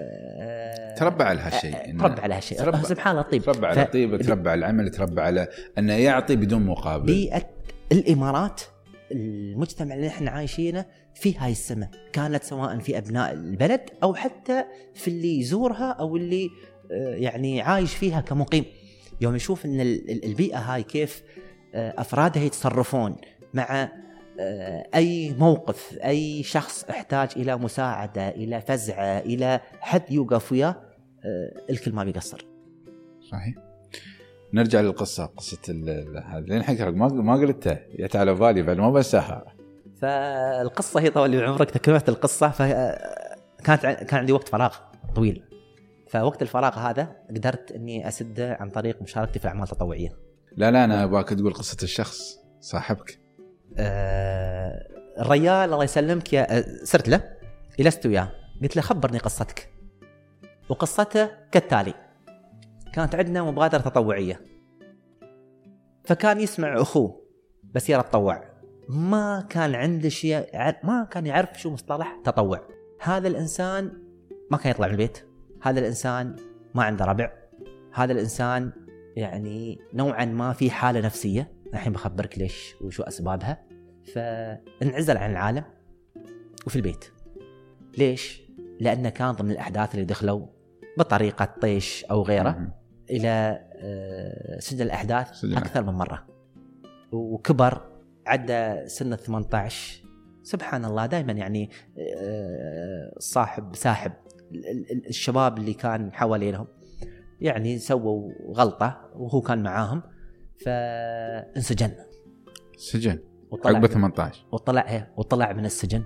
تربى على هالشيء، تربى على هالشيء سبحان الله. الطيب تربى على الطيب، تربى على العمل، تربى على انه يعطي بدون مقابل. بيئة الامارات، المجتمع اللي احنا عايشينه في هاي السمة، كانت سواء في ابناء البلد او حتى في اللي يزورها او اللي يعني عايش فيها كمقيم. يوم يشوف ان البيئة هاي كيف افرادها يتصرفون مع أي موقف، أي شخص احتاج إلى مساعدة، إلى فزعة، إلى حد يوقف وياه، الكل ما بيقصر. صحيح. نرجع للقصة، قصة هذا لين حكرك ما ما قلتها يا على بالي بعد ما بنساها. فالقصة هي طوال عمرك تكلمت القصة، فكانت كان عندي وقت فراغ طويل، فوقت الفراغ هذا قدرت إني أسده عن طريق مشاركتي في الأعمال التطوعية. لا لا أنا أبغاك تقول قصة الشخص صاحبك. آه الرجال الله يسلمك يا سرت له جلست وياه قلت له خبرني قصتك، وقصته كالتالي: كانت عندنا مبادرة تطوعية، فكان يسمع أخوه بس يتطوع، ما كان عنده شيء، ما كان يعرف شو مصطلح تطوع. هذا الإنسان ما كان يطلع من البيت، هذا الإنسان ما عنده ربع، هذا الإنسان يعني نوعا ما في حالة نفسية، الحين بخبرك ليش وشو أسبابها. فانعزل عن العالم وفي البيت. ليش؟ لأنه كان ضمن الأحداث اللي دخلوا بطريقة طيش أو غيره إلى سجن الأحداث سجن. أكثر من مرة، وكبر عدى سنة ثمانية عشر. سبحان الله، دائما يعني صاحب ساحب الشباب اللي كان حوالينهم يعني سووا غلطة وهو كان معاهم، فانسجن سجن عقب ثمانية عشر وطلع ايه وطلع من السجن.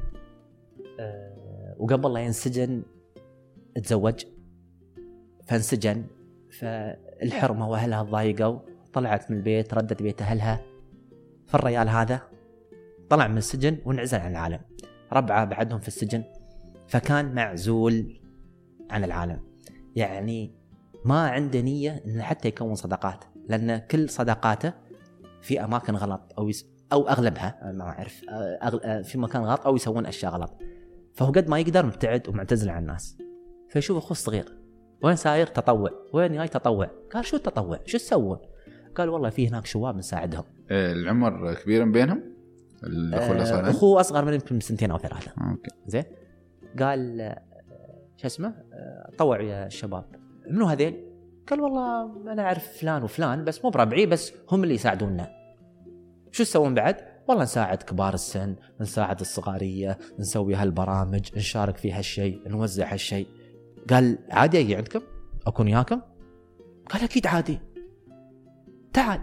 أه وقبل لا ينسجن تزوج، فانسجن، فالحرمة واهلها ضايقوا، طلعت من البيت ردت بيت اهلها. فالرجال هذا طلع من السجن وانعزل عن العالم، ربعه بعدهم في السجن، فكان معزول عن العالم، يعني ما عنده نية انه حتى يكون صداقات، لأن كل صداقاته في أماكن غلط أو يس... أو أغلبها ما أعرف أغل... في مكان غلط أو يسوون أشياء غلط. فهو قد ما يقدر مبتعد ومعتزل عن الناس. فيشوف أخوه الصغير وين ساير تطوع، وين جاي تطوع. قال شو التطوع، شو تسوون؟ قال والله في هناك شباب نساعدهم. العمر كبير بينهم؟ الأخوة الأصغر أخوه أصغر من يمكن سنتين أو ثلاثة. أوكي. زين. قال شو اسمه طوع يا الشباب. منو هذيل؟ قال والله أنا أعرف فلان وفلان بس مو بربعي، بس هم اللي يساعدوننا. شو تسوون بعد؟ والله نساعد كبار السن، نساعد الصغارية، نسوي هالبرامج، نشارك في هالشيء، نوزع هالشيء. قال عادي أجي عندكم أكون ياكم؟ قال أكيد عادي، تعال.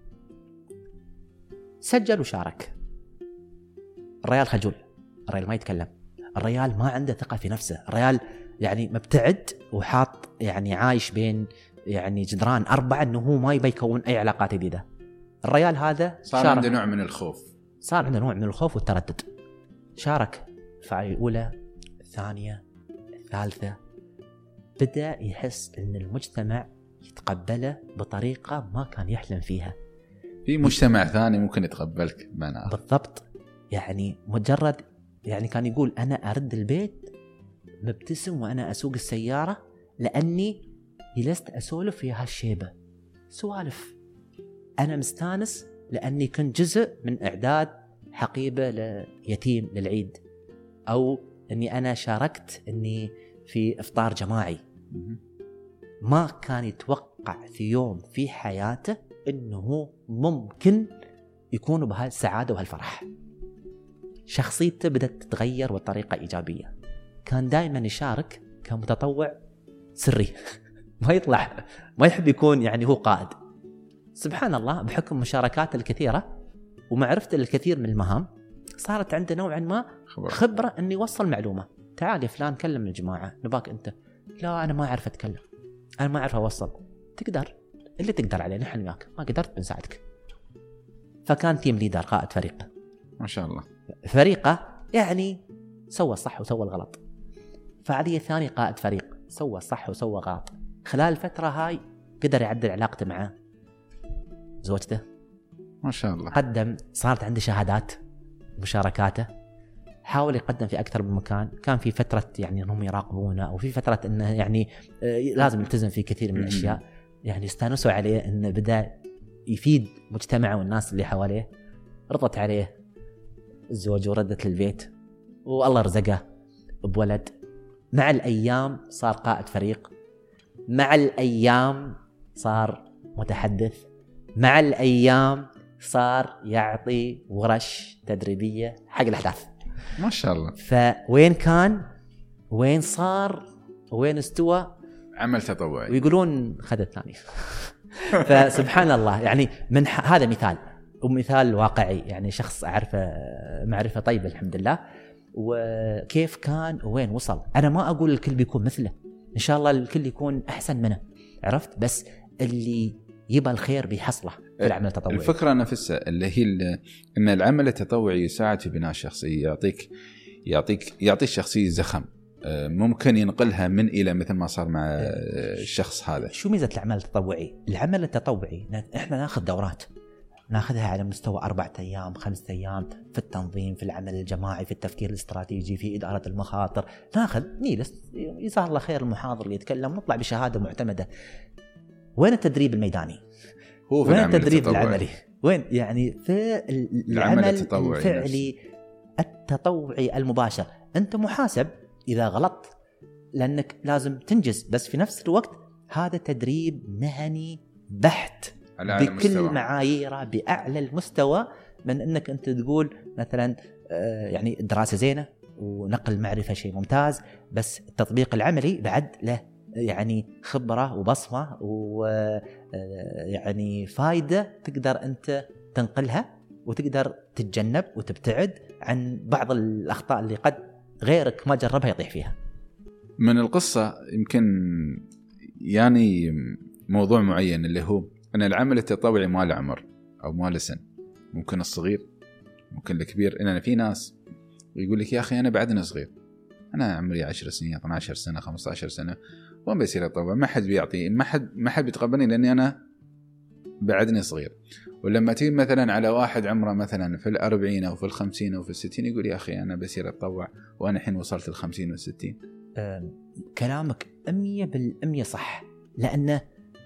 سجل وشارك. الريال خجول، الريال ما يتكلم، الريال ما عنده ثقة في نفسه، الريال يعني مبتعد وحاط يعني عايش بين يعني جدران أربعة أنه هو ما يبي يكون أي علاقات جديدة. الريال هذا صار عنده نوع من الخوف، صار عنده نوع من الخوف والتردد. شارك الفعالية الأولى، الثانية، الثالثة، بدأ يحس أن المجتمع يتقبله بطريقة ما كان يحلم فيها. في مجتمع ثاني ممكن يتقبلك معنا. بالضبط، يعني مجرد يعني كان يقول أنا أرد البيت مبتسم وأنا أسوق السيارة لأني جلست أسولف في هالشيبة سوالف، أنا مستانس لأني كنت جزء من إعداد حقيبة ليتيم للعيد، أو أني أنا شاركت أني في إفطار جماعي. ما كان يتوقع في يوم في حياته أنه ممكن يكون بهالسعادة وهالفرح. شخصيته بدأت تتغير بطريقة إيجابية. كان دائما يشارك كمتطوع سري ما يطلع، ما يحب يكون يعني هو قائد. سبحان الله، بحكم مشاركاته الكثيرة ومعرفته الكثير من المهام صارت عنده نوعا ما خبرة أن يوصل معلومة. تعال يا فلان كلم الجماعة نباك أنت. لا أنا ما أعرف أتكلم، أنا ما أعرف أوصل. تقدر، اللي تقدر عليه نحن وياك، ما قدرت بنساعدك. فكان تيم ليدر، قائد فريق ما شاء الله. فريقه يعني سوى الصح وسوى الغلط. فعليه الثاني قائد فريق سوى الصح وسوى غلط. خلال الفترة هاي قدر يعدل علاقته مع زوجته ما شاء الله. قدم، صارت عنده شهادات مشاركاته. حاول يقدم في أكثر من مكان. كان في فترة يعني أنهم يراقبونه، أو في فترة أنه يعني لازم يلتزم في كثير من الأشياء، يعني استانسوا عليه أنه بدأ يفيد مجتمعه والناس اللي حواليه. رضت عليه الزوج وردت للبيت، والله رزقه بولد. مع الأيام صار قائد فريق، مع الأيام صار متحدث، مع الأيام صار يعطي ورش تدريبية حق الأحداث. ما شاء الله. فوين كان، وين صار، وين استوى، عمل تطوعي، ويقولون خذ الثاني. فسبحان الله، يعني من ح... هذا مثال، ومثال واقعي، يعني شخص أعرفه معرفة طيبة الحمد لله، وكيف كان وين وصل. أنا ما أقول الكل بيكون مثله، إن شاء الله الكل يكون أحسن منه، عرفت؟ بس اللي يبى الخير بيحصله في العمل التطوعي. الفكرة نفسها اللي هي أن العمل التطوعي يساعد في بناء الشخصية، يعطيك يعطيك يعطي الشخصية زخم ممكن ينقلها من إلى، مثل ما صار مع الشخص هذا. شو ميزة العمل التطوعي؟ العمل التطوعي إحنا ناخذ دورات، ناخذها على مستوى أربعة أيام خمسة أيام، في التنظيم، في العمل الجماعي، في التفكير الاستراتيجي، في إدارة المخاطر. ناخذ نيلس يجزاه الله خير المحاضر اللي يتكلم، نطلع بشهادة معتمدة. وين التدريب الميداني؟ هو في وين العمل التدريب التطوعي. العملي؟ وين يعني في العمل الفعلي التطوعي المباشر؟ أنت محاسب إذا غلطت لأنك لازم تنجز، بس في نفس الوقت هذا تدريب مهني بحت بكل معاييره بأعلى المستوى، من أنك أنت تقول مثلا يعني الدراسة زينة ونقل معرفة شيء ممتاز، بس التطبيق العملي بعد له يعني خبرة وبصمة ويعني فايدة تقدر أنت تنقلها، وتقدر تتجنب وتبتعد عن بعض الأخطاء اللي قد غيرك ما جربها يطيح فيها. من القصة يمكن يعني موضوع معين اللي هو أن العمل التطوعي ما له عمر أو ما له سن، ممكن الصغير ممكن الكبير. إن أنا في ناس يقول لك يا أخي أنا بعدنا صغير، أنا عمري عشر سنين اثنا عشر سنة خمسة عشر سنة وما بيصير أتطوع، ما حد بيعطي، ما حد ما حد بيتقبلني لأني أنا بعدني صغير. ولما تيجي مثلا على واحد عمره مثلا في الأربعين أو في الخمسين أو في الستين يقول يا أخي أنا بصير أتطوع وأنا حين وصلت الخمسين والستين. أه كلامك أمية بالأمية صح، لأنه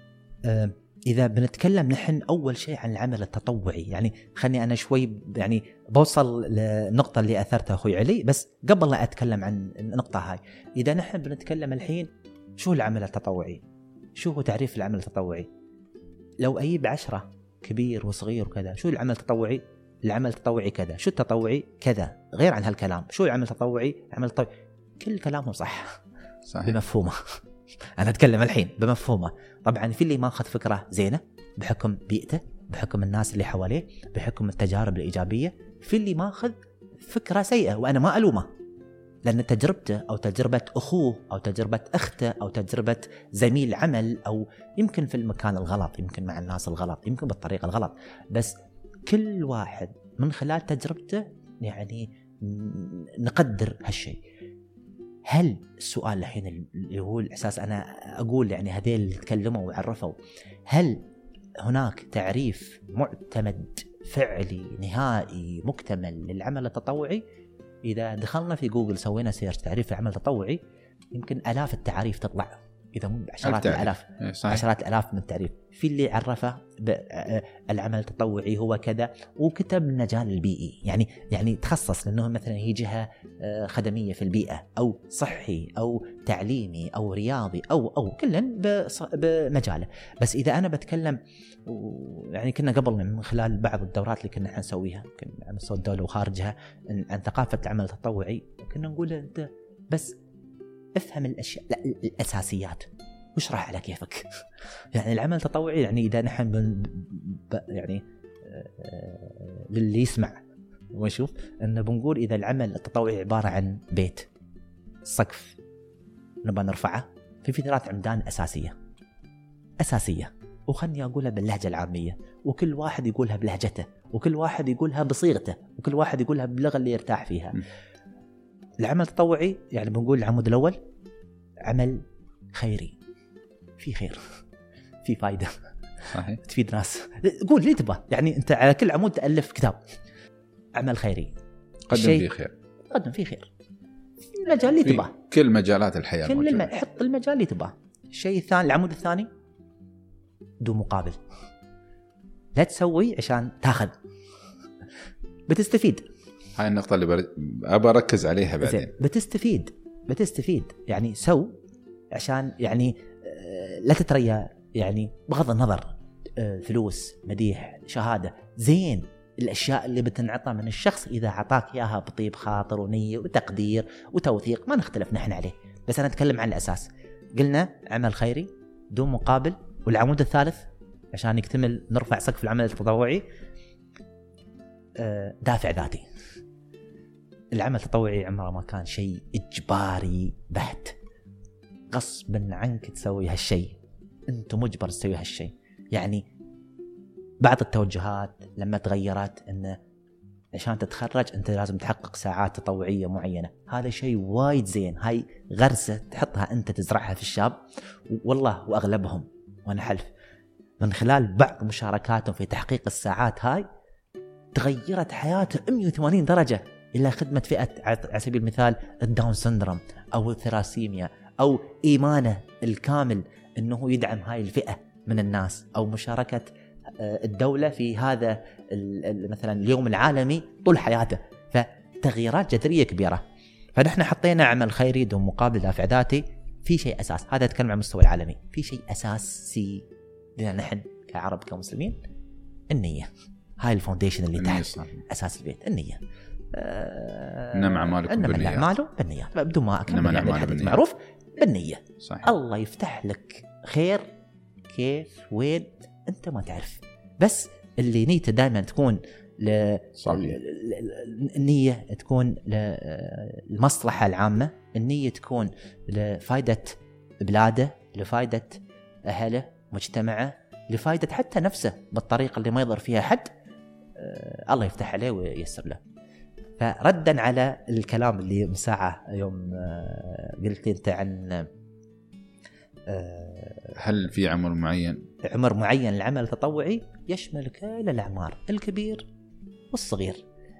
أه إذا بنتكلم نحن أول شيء عن العمل التطوعي، يعني خلني أنا شوي يعني بوصل للنقطة اللي أثرتها أخوي علي، بس قبل لا أتكلم عن النقطة هاي، إذا نحن بنتكلم الحين شو العمل التطوعي، شو هو تعريف العمل التطوعي؟ لو أجيب عشرة كبير وصغير وكذا، شو العمل التطوعي؟ العمل التطوعي كذا، شو التطوعي كذا، غير عن هالكلام، شو العمل التطوعي؟ العمل التطوعي كل كلامهم صح صحيح بمفهومه. أنا أتكلم الحين بمفهومه. طبعا في اللي ما أخذ فكرة زينة بحكم بيئته، بحكم الناس اللي حواليه، بحكم التجارب الإيجابية، في اللي ما أخذ فكرة سيئة، وأنا ما ألومه، لأن تجربته أو تجربة أخوه أو تجربة أخته أو تجربة زميل عمل، أو يمكن في المكان الغلط، يمكن مع الناس الغلط، يمكن بالطريقة الغلط، بس كل واحد من خلال تجربته يعني نقدر هالشيء. هل السؤال الحين اللي هو الأساس أنا أقول يعني هذيل اللي تكلموا وعرفوا، هل هناك تعريف معتمد فعلي نهائي مكتمل للعمل التطوعي؟ إذا دخلنا في جوجل سوينا سيرش تعريف العمل التطوعي يمكن آلاف التعريف تطلع، إذا مو عشرات الآلاف، عشرات الآلاف من التعريف. في اللي عرفه العمل التطوعي هو كذا، وكتب المجال البيئي، يعني يعني تخصص لأنه مثلا هي جهة خدمية في البيئة، أو صحي أو تعليمي أو رياضي أو أو كلن بمجاله. بس إذا أنا بتكلم يعني كنا قبل من خلال بعض الدورات اللي كنا نسويها على مستوى الدولة وخارجها عن ثقافة العمل التطوعي، كنا نقول أنت بس افهم الأشياء الأساسيات واشرح على كيفك. يعني العمل التطوعي يعني إذا نحن بن يعني للي يسمع ويشوف أنه بنقول إذا العمل التطوعي عبارة عن بيت سقف نبغى نرفعه في في ثلاث عمدان أساسية أساسية وخلني أقولها باللهجة العامية، وكل واحد يقولها بلهجته، وكل واحد يقولها بصيغته، وكل واحد يقولها باللغة اللي يرتاح فيها. م. العمل التطوعي يعني بنقول العمود الأول عمل خيري، في خير، في فايدة، صحيح، تفيد ناس، قول لي تبغى، يعني أنت على كل عمود تألف كتاب، عمل خيري، قدم فيه خير، تقدم في خير في المجال اللي تباه، كل مجالات الحياة كل الم... حط المجال اللي تباه. الشيء الثاني، العمود الثاني، دون مقابل. لا تسوي عشان تاخذ، بتستفيد. هاي النقطة اللي بر... أبى أركز عليها بعدين. بتستفيد بتستفيد يعني سو عشان يعني لا تتريا، يعني بغض النظر فلوس، مديح، شهادة، زين الأشياء اللي بتنعطى من الشخص إذا عطاك إياها بطيب خاطر ونية وتقدير وتوثيق، ما نختلف نحن عليه. بس أنا أتكلم عن الأساس. قلنا عمل خيري دون مقابل. والعمود الثالث عشان يكتمل نرفع سقف العمل التطوعي، دافع ذاتي. العمل التطوعي عمره ما كان شيء إجباري بحت، غصبا عنك تسوي هالشيء، أنت مجبر تسوي هالشيء. يعني بعض التوجهات لما تغيرت أن عشان تتخرج أنت لازم تحقق ساعات تطوعية معينة، هذا شيء وايد زين. هاي غرسة تحطها أنت تزرعها في الشاب، والله وأغلبهم وأنا حلف من خلال بعض مشاركاتهم في تحقيق الساعات هاي تغيرت حياته مئة وثمانين درجة إلى خدمة فئة على سبيل المثال الداون سندروم أو الثراسيميا، أو إيمانه الكامل أنه يدعم هاي الفئة من الناس، أو مشاركة الدولة في هذا مثلا اليوم العالمي طول حياته. فتغييرات جذرية كبيرة. فنحن حطينا عمل خيري دون مقابل دافع ذاتي في شيء أساس. هذا أتكلم عن المستوى العالمي. في شيء أساسي لنا نحن كعرب كمسلمين، النية. هاي الفونديشن اللي تحت أساس البيت، النية. إنما أعمالكم بالنية، إنما الأعمال بالنية، بدون ما أكمل يعني الحديث معروف بالنية. صحيح. الله يفتح لك خير كيف وين أنت ما تعرف، بس اللي نيته دائما تكون ل... النية تكون للمصلحة العامة، النية تكون لفائدة بلاده، لفائدة أهله، مجتمعه، لفائدة حتى نفسه بالطريقة اللي ما يضر فيها حد. أه الله يفتح عليه وييسر له. فردا على الكلام اللي مساعة يوم أه قلت أنت عن أه هل في عمر معين؟ عمر معين العمل التطوعي يشمل كل الأعمار، الكبير والصغير،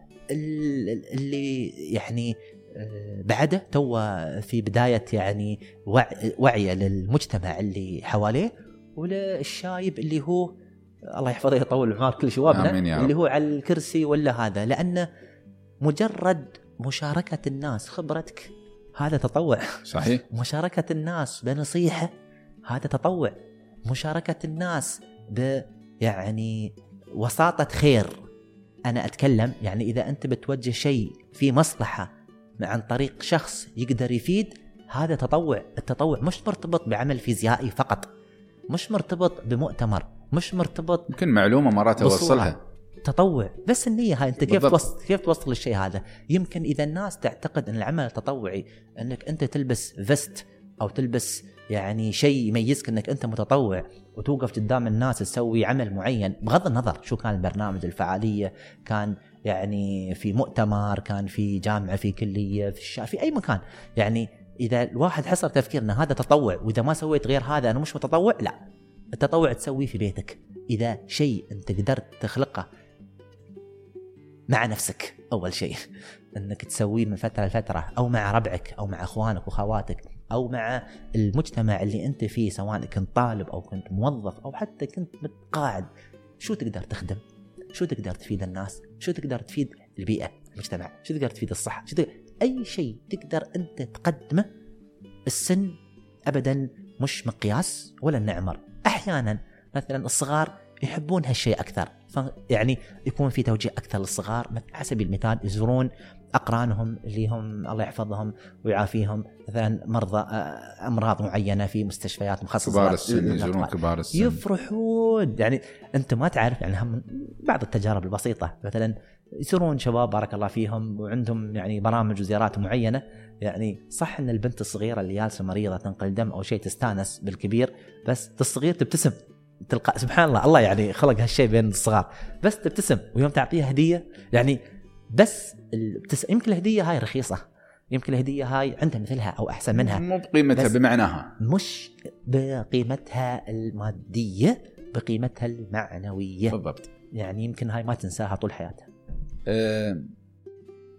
اللي يعني بعده تو في بداية يعني وعي للمجتمع اللي حواليه، وللشايب اللي هو الله يحفظه يطول العمر كل شبابنا اللي هو على الكرسي ولا هذا. لأن مجرد مشاركة الناس خبرتك هذا تطوع. صحيح. مشاركة الناس بنصيحة هذا تطوع. مشاركة الناس ب يعني وساطة خير. أنا أتكلم يعني إذا أنت بتوجه شيء في مصلحة عن طريق شخص يقدر يفيد، هذا تطوع. التطوع مش مرتبط بعمل فيزيائي فقط، مش مرتبط بمؤتمر، مش مرتبط يمكن معلومة مرات أوصلها. تطوع بس النية. هاي أنت كيف توصل كيف توصل الشيء هذا. يمكن إذا الناس تعتقد أن العمل التطوعي أنك أنت تلبس فيست أو تلبس يعني شيء يميزك أنك أنت متطوع وتوقف قدام الناس تسوي عمل معين، بغض النظر شو كان البرنامج، الفعالية كان يعني في مؤتمر، كان في جامعة، في كلية، في الشارع، في أي مكان. يعني إذا الواحد حصل تفكير أن هذا تطوع وإذا ما سويت غير هذا أنا مش متطوع، لا. التطوع تسويه في بيتك. إذا شيء أنت قدرت تخلقه مع نفسك أول شيء، أنك تسويه من فترة لفترة، أو مع ربعك أو مع أخوانك وخواتك أو مع المجتمع اللي أنت فيه، سواء كنت طالب أو كنت موظف أو حتى كنت متقاعد، شو تقدر تخدم، شو تقدر تفيد الناس، شو تقدر تفيد البيئة، المجتمع، شو تقدر تفيد الصحة، شو تقدر... أي شيء تقدر أنت تقدمه. السن أبدا مش مقياس ولا النعمر. أحيانا مثلا الصغار يحبون هالشيء أكثر، يعني يكون في توجيه أكثر للصغار. حسب المثال يزورون أقرانهم اللي هم الله يحفظهم ويعافيهم مثلا مرضى أمراض معينة في مستشفيات مخصصة، كبار السن يزورون كبار السن يفرحون. يعني أنت ما تعرف، يعني هم بعض التجارب البسيطة مثلا يزورون شباب بارك الله فيهم وعندهم يعني برامج وزيارات معينة. يعني صح أن البنت الصغيرة اللي جالسة مريضة تنقل دم أو شيء تستانس بالكبير، بس الصغير تبتسم تلقى سبحان الله، الله يعني خلق هالشيء بين الصغار، بس تبتسم. ويوم تعطيها هدية يعني بس البتس... يمكن الهدية هاي رخيصة، يمكن الهدية هاي عندها مثلها أو أحسن منها، مو بقيمتها بمعناها، مش بقيمتها المادية، بقيمتها المعنوية. بالضبط. يعني يمكن هاي ما تنساها طول حياتها. أه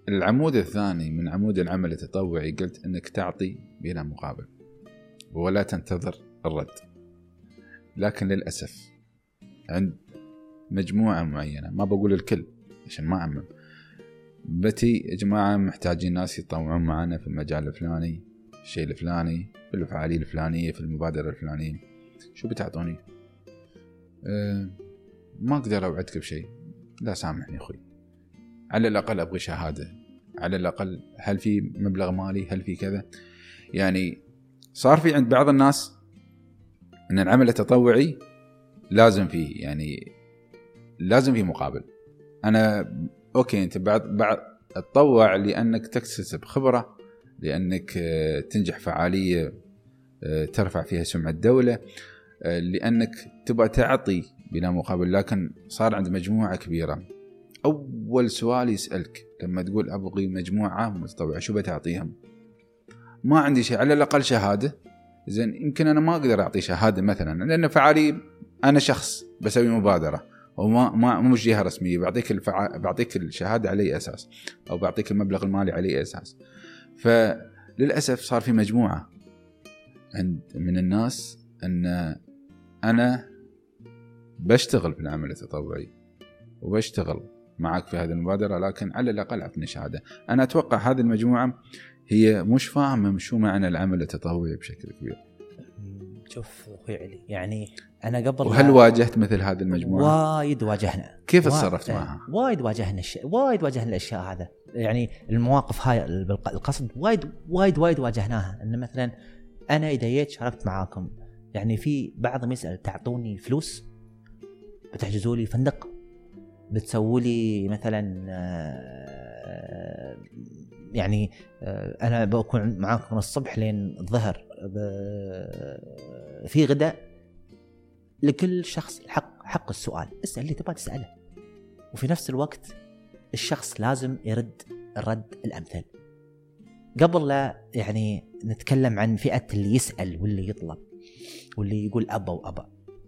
العمود الثاني من عمود العمل التطوعي قلت أنك تعطي بلا مقابل ولا تنتظر الرد. لكن للأسف عند مجموعة معينة، ما بقول الكل عشان ما أعمم، بتي يا جماعة محتاجين ناس يتطوعون معنا في المجال الفلاني، الشيء الفلاني، في الفعالية الفلانية، في المبادرة الفلانية، شو بتعطوني؟ أه ما أقدر أوعدك بشيء. لا سامحني أخوي، على الأقل أبغي شهادة، على الأقل هل في مبلغ مالي، هل في كذا. يعني صار في عند بعض الناس أن العمل التطوعي لازم فيه، يعني لازم فيه مقابل. أنا أوكي أنت بعد بعد تطوع لأنك تكتسب خبرة، لأنك تنجح فعالية ترفع فيها سمعة الدولة، لأنك تبغى تعطي بلا مقابل. لكن صار عند مجموعة كبيرة أول سؤال يسألك لما تقول أبغي مجموعة متطوعة شو بتعطيهم؟ ما عندي شيء، على الأقل شهادة. زين يمكن أنا ما أقدر أعطي شهادة مثلا لأن فعالي أنا شخص بسوي مبادرة وما ما مش جهة رسمية، بعطيك الفع... بعطيك الشهادة على أي أساس، أو بعطيك المبلغ المالي على أي أساس. فللأسف صار في مجموعة عند من الناس أن أنا بشتغل في العمل التطوعي وبشتغل معك في هذه المبادرة، لكن على الأقل أعطني شهادة. أنا أتوقع هذه المجموعة هي مش فاهمة شو معنى العمل التطوعي بشكل كبير. شوف أخوي علي، يعني أنا قبل، وهل واجهت مثل هذه المجموعة؟ وايد واجهنا. كيف تصرفت معها؟ وايد واجهنا الشيء، وايد واجهنا الأشياء هذا، يعني المواقف هاي القصد وايد وايد وايد واجهناها. إن مثلا أنا إذا جيت شاركت معاكم، يعني في بعضهم يسأل تعطوني فلوس، بتحجزوا لي فندق، بتسووا لي مثلا يعني أنا بكون معاكم من الصبح لين الظهر، في غداء. لكل شخص حق حق السؤال، اسأل اللي تبغى تسأله، وفي نفس الوقت الشخص لازم يرد الرد الأمثل. قبل لا يعني نتكلم عن فئة اللي يسأل واللي يطلب واللي يقول أبا وأبا،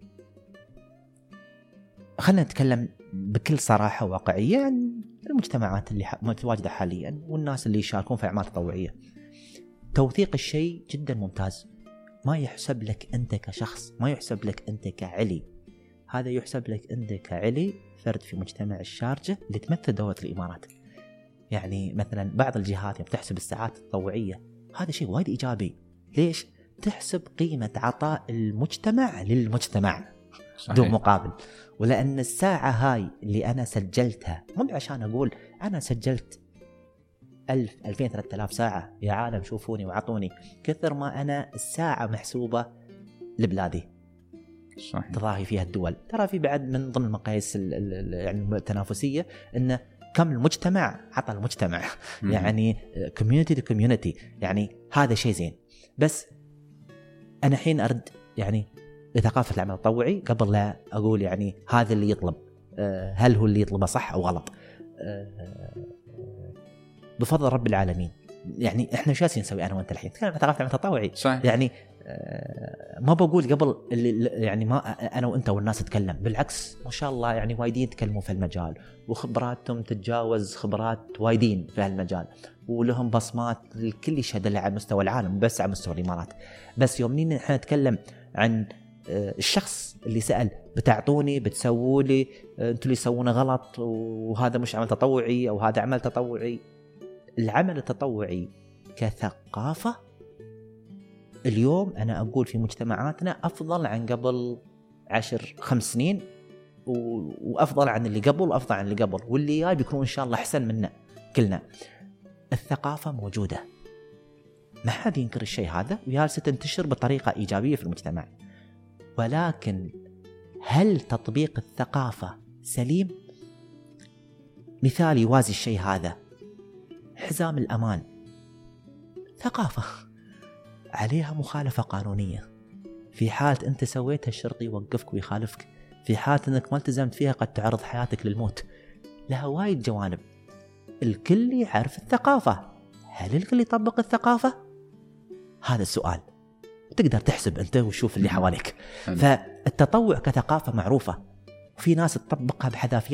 خلنا نتكلم بكل صراحة وواقعية عن المجتمعات اللي متواجدة حاليا والناس اللي يشاركون في أعمال تطوعية. توثيق الشيء جدا ممتاز، ما يحسب لك أنت كشخص، ما يحسب لك أنت كعلي، هذا يحسب لك أنت كعلي فرد في مجتمع الشارجة اللي تمثل دولة الإمارات. يعني مثلا بعض الجهات يوم تحسب الساعات التطوعية، هذا شيء وايد إيجابي. ليش؟ تحسب قيمة عطاء المجتمع للمجتمع صحيح. دون مقابل. ولأن الساعة هاي اللي أنا سجلتها مو عشان أقول أنا سجلت ألف ألفين ثلاثة آلاف ساعة يا عالم شوفوني وعطوني، كثر ما أنا الساعة محسوبة لبلادي صحيح. تضاهي فيها الدول. ترى في بعد من ضمن المقاييس يعني التنافسية إن كم المجتمع عطى المجتمع يعني community to community، يعني هذا شيء زين. بس أنا حين أرد يعني لثقافة العمل التطوعي قبل لا أقول يعني هذا اللي يطلب هل هو اللي يطلبه صح أو غلط، بفضل رب العالمين. يعني إحنا شو نسوي أنا وأنت الحين نتكلم عن ثقافة العمل التطوعي صحيح. يعني ما بقول قبل اللي يعني ما أنا وأنت والناس تتكلم، بالعكس ما شاء الله يعني وايدين يتكلموا في المجال وخبراتهم تتجاوز خبرات وايدين في هالمجال، ولهم بصمات الكل يشهد لها على مستوى العالم بس على مستوى الإمارات. بس يوم نيجي إحنا نتكلم عن الشخص اللي سأل بتعطوني بتسووا لي أنتوا اللي يسوونه غلط وهذا مش عمل تطوعي أو هذا عمل تطوعي، العمل التطوعي كثقافة اليوم أنا أقول في مجتمعاتنا أفضل عن قبل عشر خمس سنين، وأفضل عن اللي قبل وأفضل عن اللي قبل، واللي جاي بيكون إن شاء الله أحسن منا كلنا. الثقافة موجودة، ما حد ينكر الشيء هذا، وجالسة تنتشر بطريقة إيجابية في المجتمع. ولكن هل تطبيق الثقافة سليم؟ مثال يوازي الشيء هذا حزام الأمان، ثقافة عليها مخالفة قانونية، في حالة أنت سويتها الشرطي يوقفك ويخالفك، في حالة أنك ما التزمت فيها قد تعرض حياتك للموت. لها وايد جوانب. الكل يعرف الثقافة، هل الكل يطبق الثقافة؟ هذا السؤال. تقدر تحسب أنت وشوف اللي حواليك. فالتطوع كثقافة معروفة، في ناس تطبقها بحذافيرها،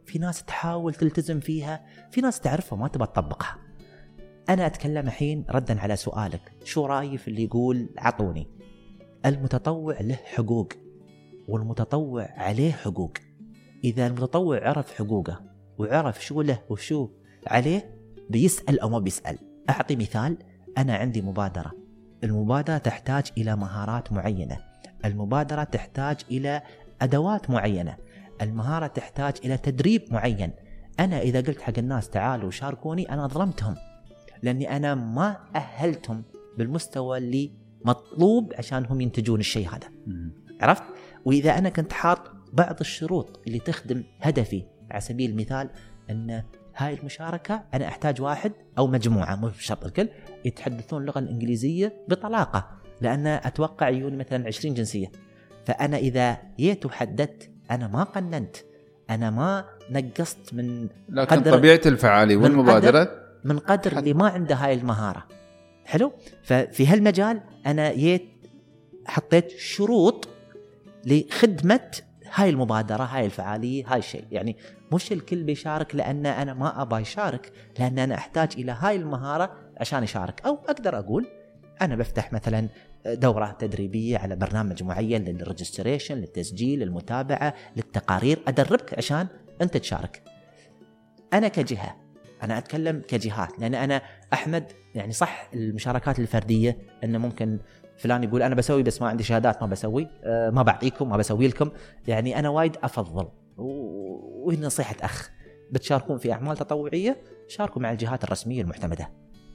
في ناس تحاول تلتزم فيها، في ناس تعرفها ما تبى تطبقها. أنا أتكلم الحين ردا على سؤالك، شو رأيي في اللي يقول عطوني؟ المتطوع له حقوق والمتطوع عليه حقوق. إذا المتطوع عرف حقوقه وعرف شو له وشو عليه بيسأل أو ما بيسأل. أعطي مثال، أنا عندي مبادرة، المبادرة تحتاج إلى مهارات معينة، المبادرة تحتاج إلى أدوات معينة، المهارة تحتاج إلى تدريب معين. أنا إذا قلت حق الناس تعالوا شاركوني أنا ظلمتهم، لأني أنا ما أهلتهم بالمستوى اللي مطلوب عشان هم ينتجون الشيء هذا. عرفت؟ وإذا أنا كنت حاط بعض الشروط اللي تخدم هدفي، على سبيل المثال أن هاي المشاركة أنا أحتاج واحد أو مجموعة مو بشرط الكل يتحدثون اللغة الإنجليزية بطلاقة، لأن أتوقع يجون مثلا عشرين جنسية. فأنا إذا جيت وحددت، أنا ما قننت، أنا ما نقصت من لكن قدر طبيعة الفعالية والمبادرة من قدر, من قدر اللي ما عنده هاي المهارة. حلو. ففي هالمجال أنا جيت حطيت شروط لخدمة هاي المبادرة، هاي الفعالية، هاي الشيء. يعني مش الكل بيشارك لأن أنا ما أبا يشارك، لأن أنا أحتاج إلى هاي المهارة عشان يشارك. أو أقدر أقول أنا بفتح مثلا دورة تدريبية على برنامج معين للريجستريشن، للتسجيل، للمتابعة، للتقارير، أدربك عشان أنت تشارك. أنا كجهة، أنا أتكلم كجهات، لأن أنا أحمد يعني صح المشاركات الفردية أنه ممكن فلان يقول أنا بسوي بس ما عندي شهادات ما بسوي، أه ما بعطيكم ما بسوي لكم. يعني أنا وايد أفضل، وهي نصيحة أخ، بتشاركون في أعمال تطوعية شاركوا مع الجهات الرسمية المعتمدة،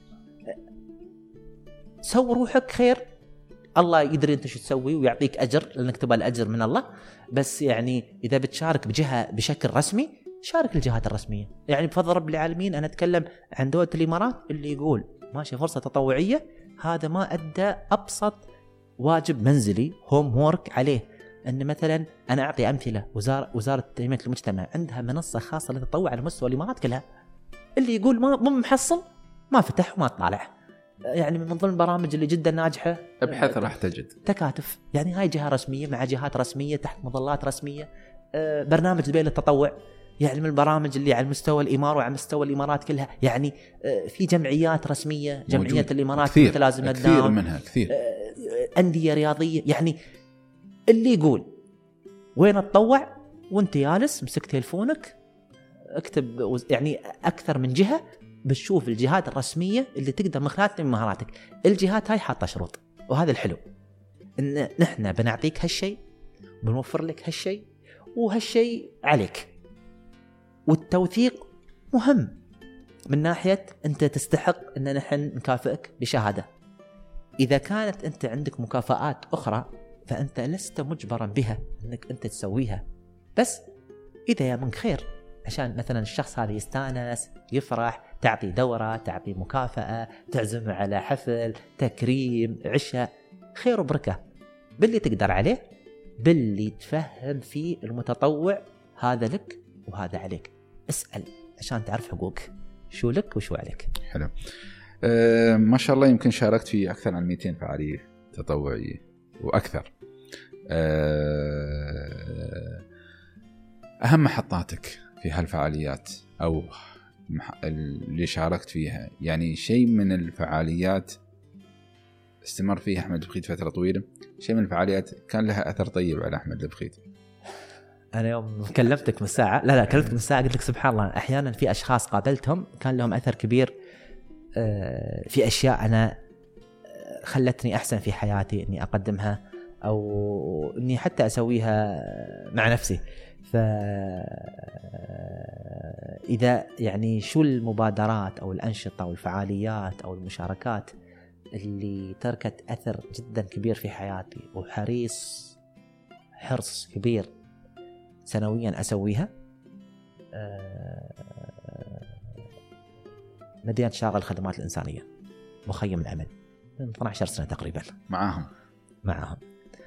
سووا روحك خير، الله يدري أنت شو تسوي ويعطيك أجر لأنك تبى الأجر من الله. بس يعني إذا بتشارك بجهة بشكل رسمي شارك الجهات الرسمية. يعني بفضل رب العالمين أنا أتكلم عن دولة الإمارات اللي يقول ماشي فرصة تطوعية، هذا ما أدى أبسط واجب منزلي هوم وورك عليه. أن مثلا أنا أعطي أمثلة، وزارة وزارة تنمية المجتمع عندها منصة خاصة للتطوع على مستوى الإمارات كلها. اللي يقول ما مو محصل ما فتح وما طالع. يعني من ضمن البرامج اللي جدا ناجحة ابحث راح تجد تكاتف. يعني هاي جهة رسمية مع جهات رسمية تحت مظلات رسمية. برنامج دبي للتطوع يعني من البرامج اللي على مستوى الإمارة وعلى مستوى الإمارات كلها. يعني في جمعيات رسمية، جمعية الإمارات متلازمة كثير منها كثير، أندية رياضية. يعني اللي يقول وين أتطوع وانت جالس مسك تلفونك اكتب، يعني أكثر من جهة بتشوف الجهات الرسمية اللي تقدر من خلالها تنمي مهاراتك. الجهات هاي حاطة شروط، وهذا الحلو إن نحن بنعطيك هالشيء، بنوفر لك هالشيء، وهالشيء عليك. والتوثيق مهم من ناحية أنت تستحق أن نحن نكافئك بشهادة. إذا كانت أنت عندك مكافآت أخرى فأنت لست مجبرا بها أنك أنت تسويها، بس إذا يا منك خير عشان مثلا الشخص هذا يستانس يفرح، تعطي دورة، تعطي مكافأة، تعزم على حفل تكريم عشاء، خير وبركة باللي تقدر عليه، باللي تفهم فيه المتطوع هذا لك وهذا عليك. اسأل عشان تعرف حقوق شو لك وشو عليك. حلو. أه ما شاء الله يمكن شاركت في أكثر من مئتين فعالية تطوعية وأكثر. أه أهم محطاتك في هالفعاليات أو اللي شاركت فيها، يعني شيء من الفعاليات استمر فيها أحمد البخيت فترة طويلة، شيء من الفعاليات كان لها أثر طيب على أحمد البخيت. أنا يوم كلمتك من ساعة لا لا كلمتك من ساعة قلت لك سبحان الله أحيانا في أشخاص قابلتهم كان لهم أثر كبير في أشياء أنا خلتني أحسن في حياتي إني أقدمها أو إني حتى أسويها مع نفسي. فإذا يعني شو المبادرات أو الأنشطة أو الفعاليات أو المشاركات اللي تركت أثر جدا كبير في حياتي وحريص حرص كبير سنويا أسويها، مدينة شارع الخدمات الإنسانية مخيم العمل من اثنتي عشرة سنة تقريبا معاهم معاهم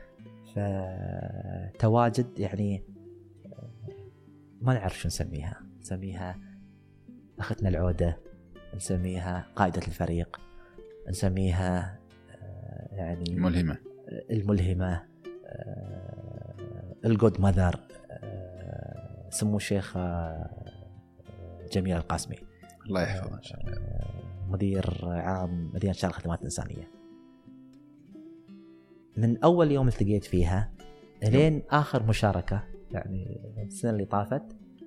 فتواجد يعني ما نعرف شو نسميها، نسميها أختنا العودة، نسميها قائدة الفريق، نسميها يعني الملهمة الملهمة الجود ماذر، سمو الشيخ جميل القاسمي الله يحفظه إن شاء الله، مدير عام مدينة شرق الخدمات الإنسانية. من أول يوم التقيت فيها لين آخر مشاركة يعني السنة اللي طافت،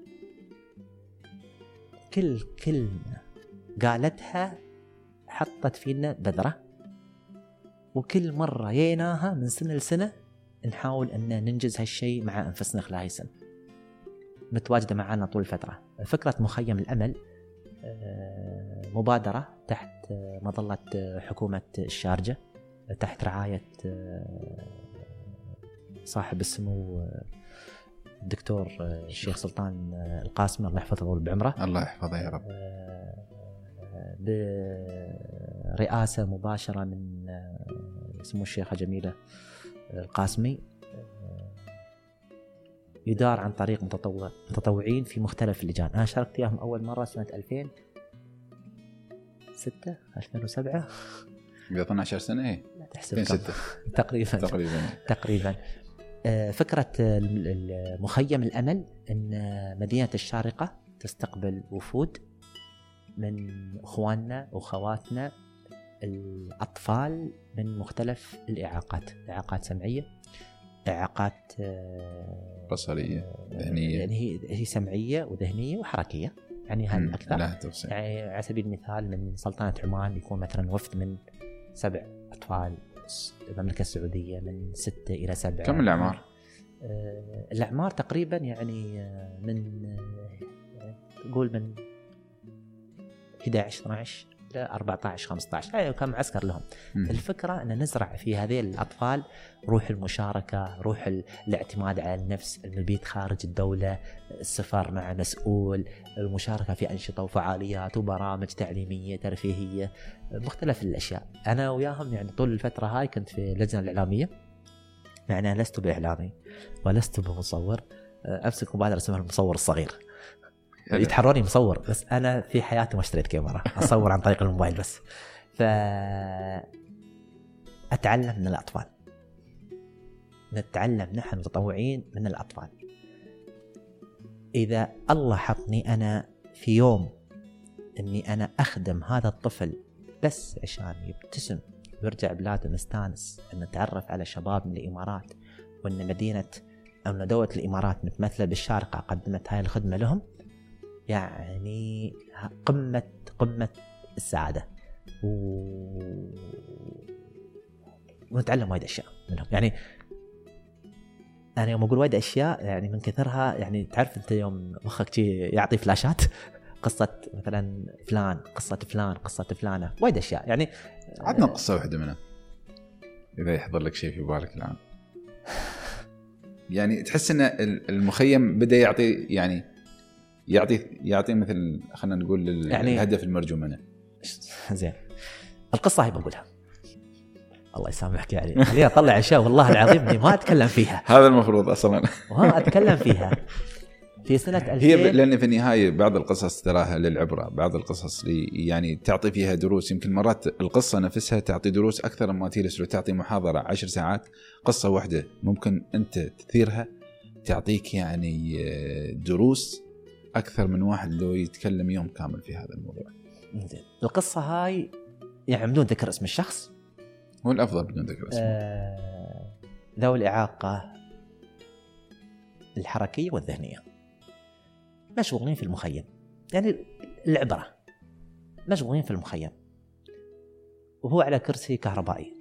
كل كلمة قالتها حطت فينا بذرة، وكل مرة جيناها من سنة لسنة نحاول أن ننجز هالشيء مع أنفسنا خلال هاي السنة، متواجدة معنا طول الفترة. فكرة مخيم الأمل مبادرة تحت مظلة حكومة الشارجة، تحت رعاية صاحب السمو الدكتور الشيخ سلطان القاسمي الله يحفظه ويطول بعمره. الله يحفظه يا رب. برئاسة مباشرة من سمو الشيخة جميلة القاسمي، يدار عن طريق متطوع متطوعين في مختلف اللجان. أنا شاركت فيهم أول مرة سنة ألفين وستة ألفين وسبعة قبل اثنتي عشرة سنة. إيه ألفين وستة تقريبا تقريبا تقريبا. فكرة مخيم الأمل أن مدينة الشارقة تستقبل وفود من أخواننا وأخواتنا الأطفال من مختلف الإعاقات، إعاقات سمعية، إعاقات بصرية، ذهنية، يعني هي هي سمعية وذهنية وحركية، يعني هذا أكثر. يعني على سبيل المثال من سلطنة عمان يكون مثلا وفد من سبع أطفال، المملكة السعودية من ستة إلى سبعة. كم الأعمار؟ آه الأعمار تقريبا يعني من نقول من إحدى عشرة اثنا عشر إلى أربعة عشر خمسة عشر، يعني كم معسكر لهم. م. الفكرة أن نزرع في هذه الأطفال روح المشاركة، روح الاعتماد على النفس، المبيت خارج الدولة، السفر مع مسؤول، المشاركة في أنشطة وفعاليات وبرامج تعليمية ترفيهية، مختلف الأشياء. أنا وياهم يعني طول الفترة هاي كنت في اللجنة الإعلامية، يعني أنا لست بإعلامي ولست بمصور، أمسك مبادرة اسمها المصور الصغير، يتحروني مصور، بس أنا في حياتي ما اشتريت كاميرا، أصور عن طريق الموبايل بس. فأتعلم من الأطفال، نتعلم نحن متطوعين من الأطفال. إذا الله حطني أنا في يوم أني أنا أخدم هذا الطفل بس عشان يبتسم ويرجع بلاده مستانس، أن نتعرف على شباب من الإمارات، وأن مدينة أو أن دولة الإمارات متمثلة بالشارقة قدمت هاي الخدمة لهم، يعني قمة قمة السعادة. و... ونتعلم وايد أشياء منهم. يعني أنا يوم أقول وايد أشياء يعني من كثرها، يعني تعرف أنت يوم مخك يعطي فلاشات قصة مثلا فلان، قصة فلان، قصة فلانة، وايد أشياء. يعني عطنا قصة واحدة منها إذا يحضر لك شيء في بالك الآن. يعني تحس أن المخيم بدأ يعطي يعني يعطي يعطي مثل خلينا نقول يعني الهدف المرجو منه. زين القصة هي بقولها، الله يسامحك يعني ليه أطلع أشياء والله العظيم إني ما أتكلم فيها. هذا المفروض أصلا وها أتكلم فيها. في سنة ألفين هي لأن في النهاية بعض القصص تراها للعبرة، بعض القصص يعني تعطي فيها دروس. يمكن مرات القصة نفسها تعطي دروس أكثر مما تجلس وتعطي محاضرة عشر ساعات. قصة واحدة ممكن أنت تثيرها تعطيك يعني دروس أكثر من واحد لو يتكلم يوم كامل في هذا الموضوع. القصة هاي يعني بدون ذكر اسم الشخص، هو الأفضل بدون ذكر اسمه. آه ذوي الإعاقة الحركية والذهنية مشغولين في المخيم، يعني العبرة مشغولين في المخيم، وهو على كرسي كهربائي،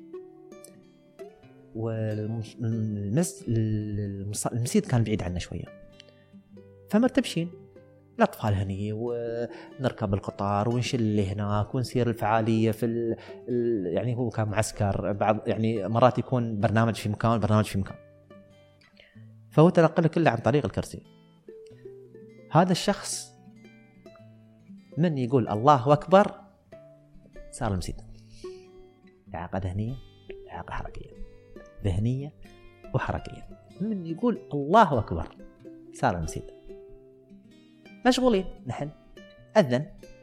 والمسيد كان بعيد عنه شوية، فمرتبشين الأطفال هني، ونركب القطار ونشل اللي هناك ونسير الفعالية في ال... يعني هو كان معسكر، بعض يعني مرات يكون برنامج في مكان برنامج في مكان، فهو تنقل كله عن طريق الكرسي. هذا الشخص من يقول الله أكبر صار المسيد. إعاقة ذهنية، إعاقة حركية، ذهنية وحركية، من يقول الله أكبر صار المسيد. مشغولين نحن، أذن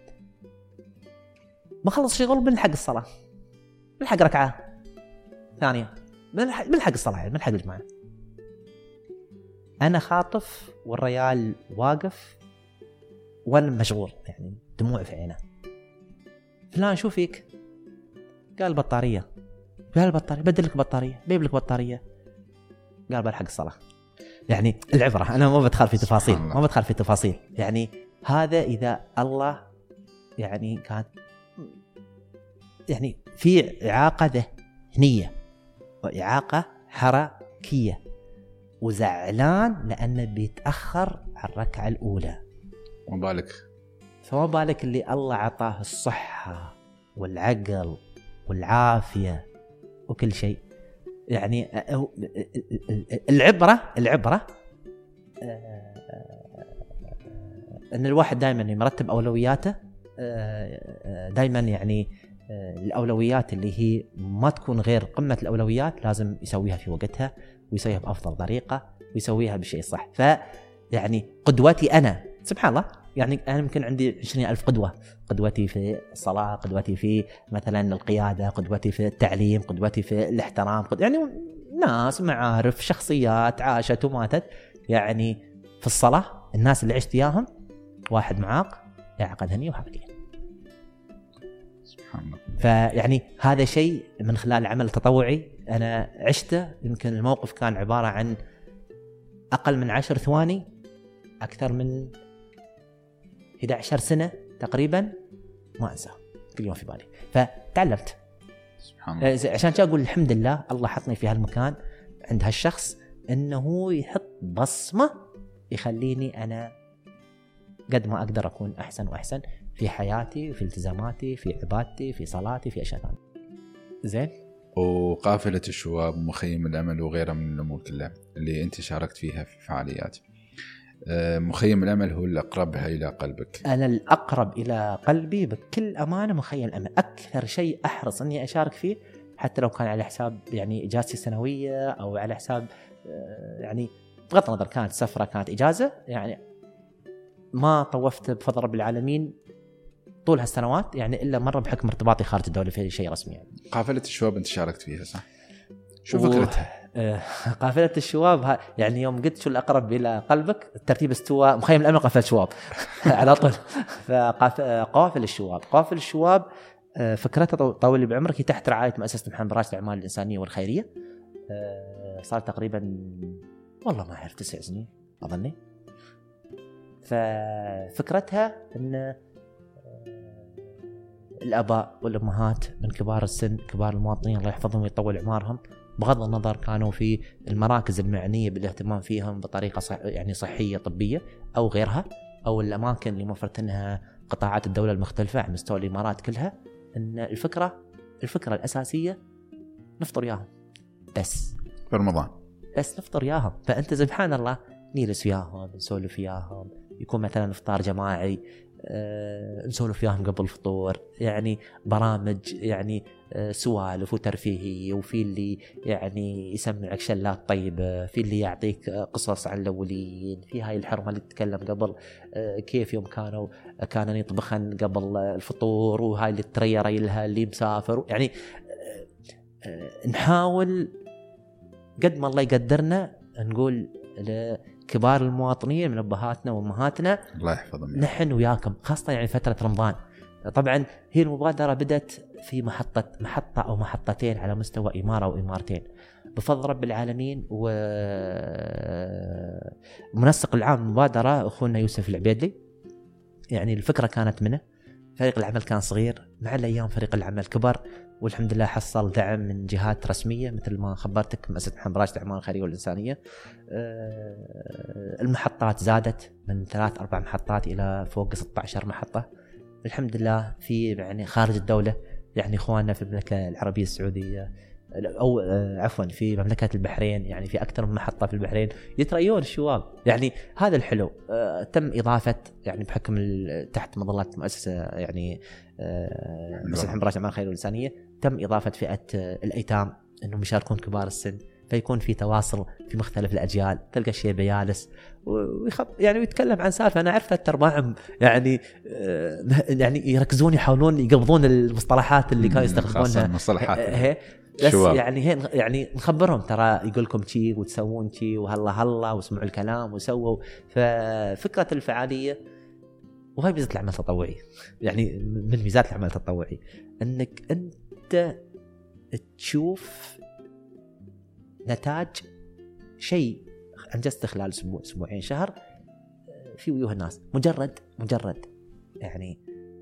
ما خلص شغل بنلحق الصلاة، بنلحق ركعة ثانية، بنلحق الصلاة، بنلحق الجماعة. انا خاطف والريال واقف وانا مشغول يعني دموع في عينه. فلان شو فيك؟ قال بطاريه. قال بطاريه بدلك بطاريه بيب لك بطاريه. قال بلحق الصلاه. يعني العبره انا ما بدخل في تفاصيل ما بدخل في تفاصيل يعني هذا اذا الله يعني كان يعني في اعاقه ذهنيه واعاقه حركيه وزعلان لانه بيتاخر على الركعه الاولى. ما بالك فما بالك اللي الله عطاه الصحه والعقل والعافيه وكل شيء. يعني العبره العبره ان الواحد دائما يرتب اولوياته. دائما يعني الاولويات اللي هي ما تكون غير قمه الاولويات لازم يسويها في وقتها ويسويها بافضل طريقه ويسويها بالشيء الصح. فيعني قدوتي انا سبحان الله يعني أنا يمكن عندي عشرين ألف قدوة. قدوتي في الصلاة، قدوتي في مثلا القيادة، قدوتي في التعليم، قدوتي في الاحترام، قد... يعني ناس معارف شخصيات عاشت وماتت. يعني في الصلاة الناس اللي عشت إياهم واحد معاق إعاقة ذهنية وحركية سبحان الله. فيعني هذا شيء من خلال العمل التطوعي أنا عشته. يمكن الموقف كان عبارة عن أقل من عشر ثواني أكثر من إحدى عشرة سنة تقريبا ما أنسى كل يوم في بالي. فتعلمت سبحان الله. عشان كذا أقول الحمد لله الله حطني في هالمكان عند هالشخص إنه يحط بصمة يخليني أنا قد ما أقدر أكون أحسن وأحسن في حياتي في التزاماتي في عبادتي في صلاتي في أشياء ثانية. زين. وقافلة الشواب مخيم الأمل وغيرها من الأمور كلها اللي أنت شاركت فيها في فعاليات. مخيم الأمل هو الأقرب إلى قلبك؟ أنا الأقرب إلى قلبي بكل أمانة مخيم الأمل. أكثر شيء أحرص أني أشارك فيه حتى لو كان على حساب يعني إجازتي السنوية أو على حساب يعني بغض النظر كانت سفرة كانت إجازة. يعني ما طوفت بفضل رب العالمين طول هالسنوات يعني إلا مرة بحكم ارتباطي خارج الدولة في شيء رسمي. يعني قافلة الشواب أنت شاركت فيها صح؟ شو فكرتها؟ قافلة الشواب يعني يوم قلت شو الأقرب إلى قلبك الترتيب استوى مخيم الأمل قافلة الشواب على طول. فقافل الشواب قافل الشواب فكرتها طولي بعمرك هي تحت رعاية مؤسسة محمد راشد للأعمال الإنسانية والخيرية. صار تقريبا والله ما أعرف تسع سنين أظني. ففكرتها أن الآباء والأمهات من كبار السن كبار المواطنين الله يحفظهم ويطول أعمارهم بغض النظر كانوا في المراكز المعنية بالاهتمام فيهم بطريقة صح يعني صحية طبية أو غيرها أو الأماكن اللي موفرتنها قطاعات الدولة المختلفة على مستوى الإمارات كلها. إن الفكرة الفكرة الأساسية نفطر ياهم بس في رمضان بس نفطر ياهم. فأنت سبحان الله نجلس وياهم نسولف وياهم يكون مثلا إفطار جماعي أه نسولف وياهم قبل الفطور يعني برامج يعني أه سوالف وترفيهي وفي اللي يعني يسمعك شلات طيبة في اللي يعطيك قصص عن الأولين في هاي الحرمة اللي تتكلم قبل أه كيف يوم كانوا كانوا يطبخن قبل الفطور وهاي اللي تريري لها اللي مسافر يعني أه أه نحاول قد ما الله يقدرنا نقول كبار المواطنين من أبهاتنا وأمهاتنا الله يحفظهم نحن وياكم خاصة يعني فترة رمضان. طبعا هي المبادرة بدأت في محطة محطة أو محطتين على مستوى إمارة وإمارتين بفضل رب العالمين. ومنسق العام المبادرة أخونا يوسف العبيدلي يعني الفكرة كانت منه. فريق العمل كان صغير مع الأيام فريق العمل كبر والحمد لله حصل دعم من جهات رسمية مثل ما خبرتك مؤسسة محمد راشد للأعمال الخيرية والإنسانية. المحطات زادت من ثلاث أربع محطات إلى فوق ستة عشر محطة الحمد لله في يعني خارج الدولة يعني إخواننا في المملكة العربية السعودية أو عفوا في مملكة البحرين يعني في أكثر من محطة في البحرين يتريون الشباب. يعني هذا الحلو. تم إضافة يعني بحكم تحت مظلة مؤسسة يعني مؤسسة محمد راشد للأعمال الخيرية والإنسانية تم إضافة فئة الأيتام إنهم يشاركون كبار السن فيكون في تواصل في مختلف الأجيال. تلقى الشيء جالس ويخط يعني ويتكلم عن سالفة أنا عرفت أربعهم يعني يعني يركزون يحاولون يقبضون المصطلحات اللي كانوا يستخدمونها المصطلحات بس يعني هي يعني نخبرهم ترى يقول لكم شيء وتسوون شيء وهلا هلا وسمعوا الكلام وسووا. ففكرة الفعالية وهي ميزة العمل التطوعي، يعني من ميزات العمل التطوعي انك انت تشوف نتاج شيء انجزته خلال اسبوع اسبوعين شهر في وجوه الناس. مجرد مجرد يعني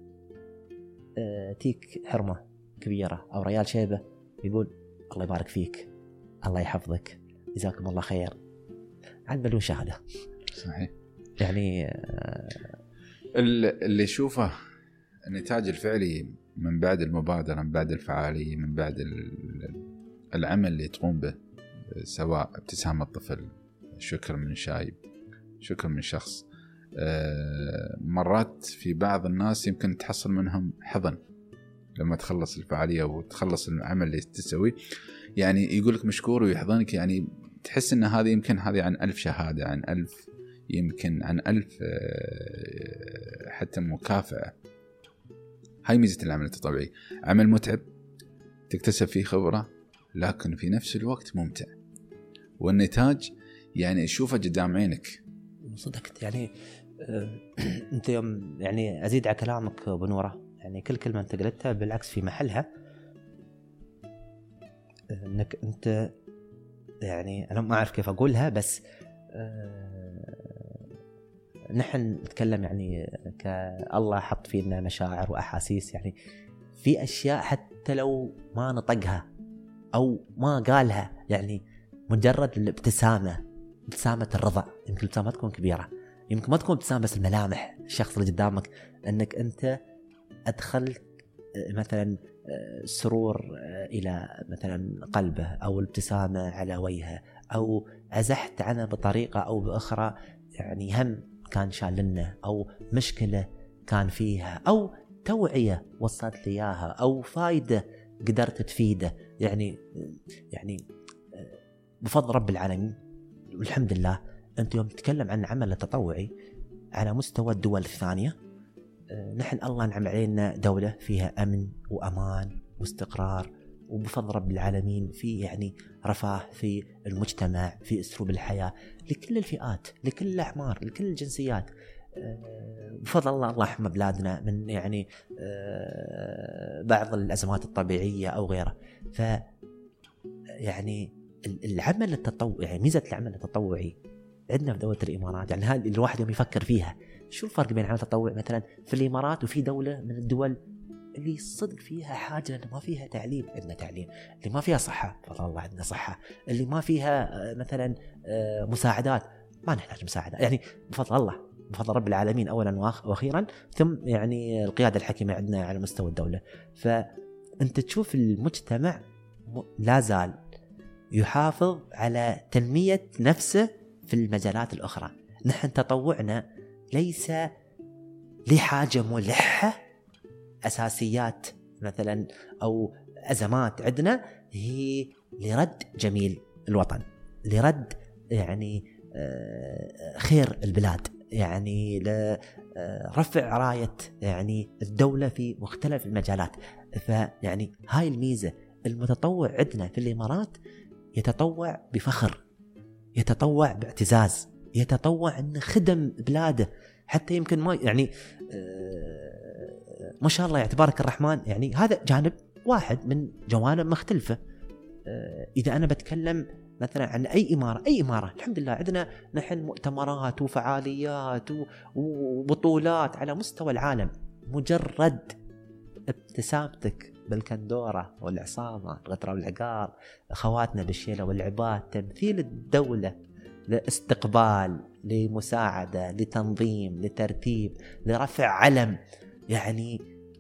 تيك حرمة كبيرة او ريال شيبة يقول الله يبارك فيك، الله يحفظك، جزاكم الله خير، عن بدون شهادة. صحيح. يعني اللي يشوفه النتاج الفعلي من بعد المبادرة، من بعد الفعالية، من بعد العمل اللي تقوم به، سواء ابتسامة طفل، شكر من شايب، شكر من شخص، مرات في بعض الناس يمكن تحصل منهم حضن لما تخلص الفعالية وتخلص العمل اللي تسوي، يعني يقولك مشكور ويحضنك، يعني تحس ان هذه يمكن هذه عن ألف شهادة، عن ألف، يمكن عن ألف حتى مكافأة. هاي ميزة العمل التطوعي، عمل متعب تكتسب فيه خبرة، لكن في نفس الوقت ممتع، والنتاج يعني شوفه قدام عينك. صدقت يعني انت يوم يعني ازيد على كلامك بنوره، يعني كل كلمه انت قلتها بالعكس في محلها، انك انت يعني انا ما اعرف كيف اقولها، بس نحن نتكلم يعني كالله حط فينا مشاعر واحاسيس، يعني في اشياء حتى لو ما نطقها او ما قالها، يعني مجرد الابتسامه، ابتسامه الرضا، يمكن الابتسامه تكون كبيره، يمكن ما تكون ابتسامه بس الملامح الشخص اللي قدامك، انك انت ادخلت مثلا سرور الى مثلا قلبه، او الابتسامه على وجهه، او ازحت عنه بطريقه او باخرى، يعني هم كان شالنه، او مشكله كان فيها، او توعيه وصلت لي اياها، او فايده قدرت تفيده، يعني يعني بفضل رب العالمين والحمد لله. انت يوم تتكلم عن عمل التطوعي على مستوى الدول الثانيه، نحن الله نعم علينا دولة فيها أمن وأمان واستقرار، وبفضل رب العالمين في يعني رفاه في المجتمع، في أسلوب الحياة لكل الفئات، لكل الأعمار، لكل الجنسيات، بفضل الله. الله يحمي بلادنا من يعني بعض الأزمات الطبيعية أو غيرها. ف يعني العمل التطوعي، يعني ميزة العمل التطوعي عندنا في دولة الإمارات، يعني هذا الواحد يوم يفكر فيها، شو الفرق بين عمل التطوع مثلا في الإمارات وفي دولة من الدول اللي صدق فيها حاجة، اللي ما فيها تعليم عندنا تعليم، اللي ما فيها صحة بفضل الله عندنا صحة، اللي ما فيها مثلا مساعدات ما نحتاج مساعدة، يعني بفضل الله، بفضل رب العالمين أولا وأخيرا، ثم يعني القيادة الحكيمة عندنا على مستوى الدولة. فأنت تشوف المجتمع لا زال يحافظ على تنمية نفسه في المجالات الأخرى. نحن تطوعنا ليس لحاجة ملحة، أساسيات مثلا أو أزمات عندنا، هي لرد جميل الوطن، لرد يعني خير البلاد، يعني لرفع راية يعني الدولة في مختلف المجالات. فيعني هاي الميزة. المتطوع عندنا في الإمارات يتطوع بفخر، يتطوع باعتزاز، يتطوع أنه خدم بلاده، حتى يمكن ما يعني ما شاء الله يعتبارك الرحمن، يعني هذا جانب واحد من جوانب مختلفة. إذا أنا بتكلم مثلا عن أي إمارة، أي إمارة الحمد لله عندنا نحن مؤتمرات وفعاليات وبطولات على مستوى العالم، مجرد ابتسامتك بالكندورة والعصامة الغترة والعقار، خواتنا بالشيلة والعباد، تمثيل الدولة لاستقبال، لمساعدة، لتنظيم، لترتيب، لرفع علم، يعني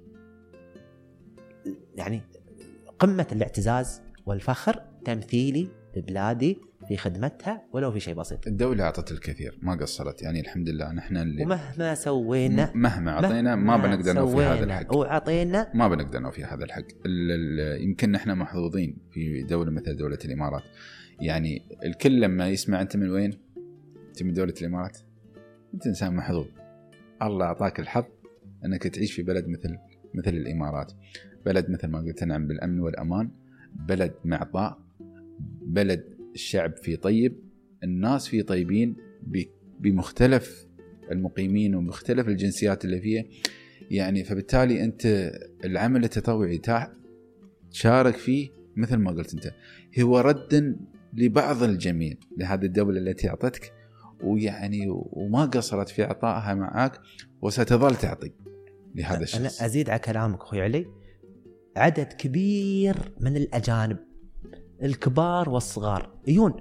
يعني قمة الاعتزاز والفخر تمثيلي ببلادي في خدمتها ولو في شيء بسيط. الدولة أعطت الكثير ما قصرت، يعني الحمد لله. نحن اللي ومهما سوينا مهما أعطينا ما بنقدر نوفي هذا الحق، وعطينا ما بنقدر نوفي هذا الحق. يمكن نحن محظوظين في دولة مثل دولة الإمارات، يعني الكل لما يسمع أنت من وين، أنت من دولة الإمارات، أنت إنسان محظوظ، الله أعطاك الحظ أنك تعيش في بلد مثل مثل الإمارات، بلد مثل ما قلت نعم بالأمن والأمان، بلد معطاء، بلد الشعب فيه طيب، الناس فيه طيبين بمختلف المقيمين ومختلف الجنسيات اللي فيها. يعني فبالتالي أنت العمل التطوعي تشارك فيه مثل ما قلت أنت، هو ردا لبعض الجميل لهذه الدولة التي أعطتك، ويعني وما قصرت في إعطائها معك وستظل تعطي لهذا الشخص. أنا أزيد على كلامك أخوي علي، عدد كبير من الأجانب الكبار والصغار يجون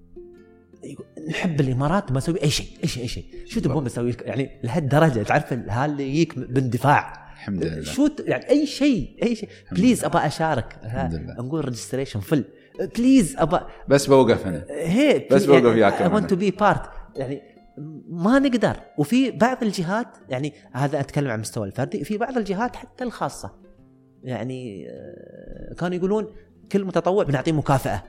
نحب الإمارات، ما أسوي أي شيء أي شيء أي شيء شو تبغون بسوي يعني لهالدرجة، تعرف هاللي يجيك باندفاع الحمد لله شو يعني أي شيء أي شيء بليز أبغى أشارك، نقول ريجستريشن فل بليز أبغى بس بوقف هنا هي بس بوقف وياك I want to be part يعني ما نقدر. وفي بعض الجهات يعني هذا أتكلم عن مستوى الفردي، في بعض الجهات حتى الخاصة يعني كانوا يقولون كل متطوع بنعطيه مكافأة،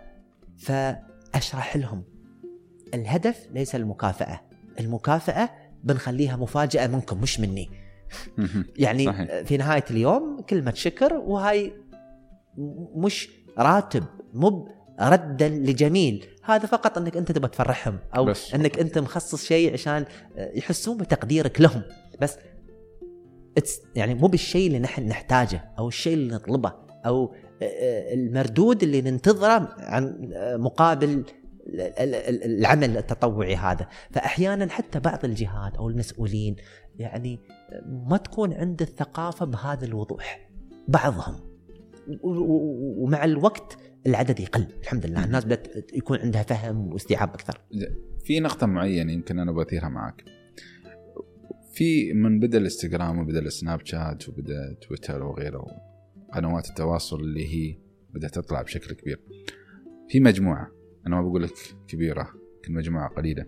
فأشرح لهم الهدف ليس المكافأة، المكافأة بنخليها مفاجأة منكم مش مني. يعني صحيح. في نهاية اليوم كلمة شكر، وهاي مش راتب مب ردا لجميل، هذا فقط انك انت تبغى تفرحهم او بس. انك انت مخصص شيء عشان يحسون بتقديرك لهم، بس يعني مو بالشيء اللي نحن نحتاجه او الشيء اللي نطلبه او المردود اللي ننتظره عن مقابل العمل التطوعي هذا. فأحيانا حتى بعض الجهات أو المسؤولين يعني ما تكون عند الثقافة بهذا الوضوح بعضهم، ومع الوقت العدد يقل الحمد لله، الناس بدأت يكون عندها فهم واستيعاب أكثر. في نقطة معينة يمكن أنا بثيرها معك، في من بدأ الانستغرام وبدأ السناب شات وبدأ تويتر وغيره قنوات التواصل اللي هي بدأت تطلع بشكل كبير، في مجموعة أنا ما بقول لك كبيرة، كل مجموعة قليلة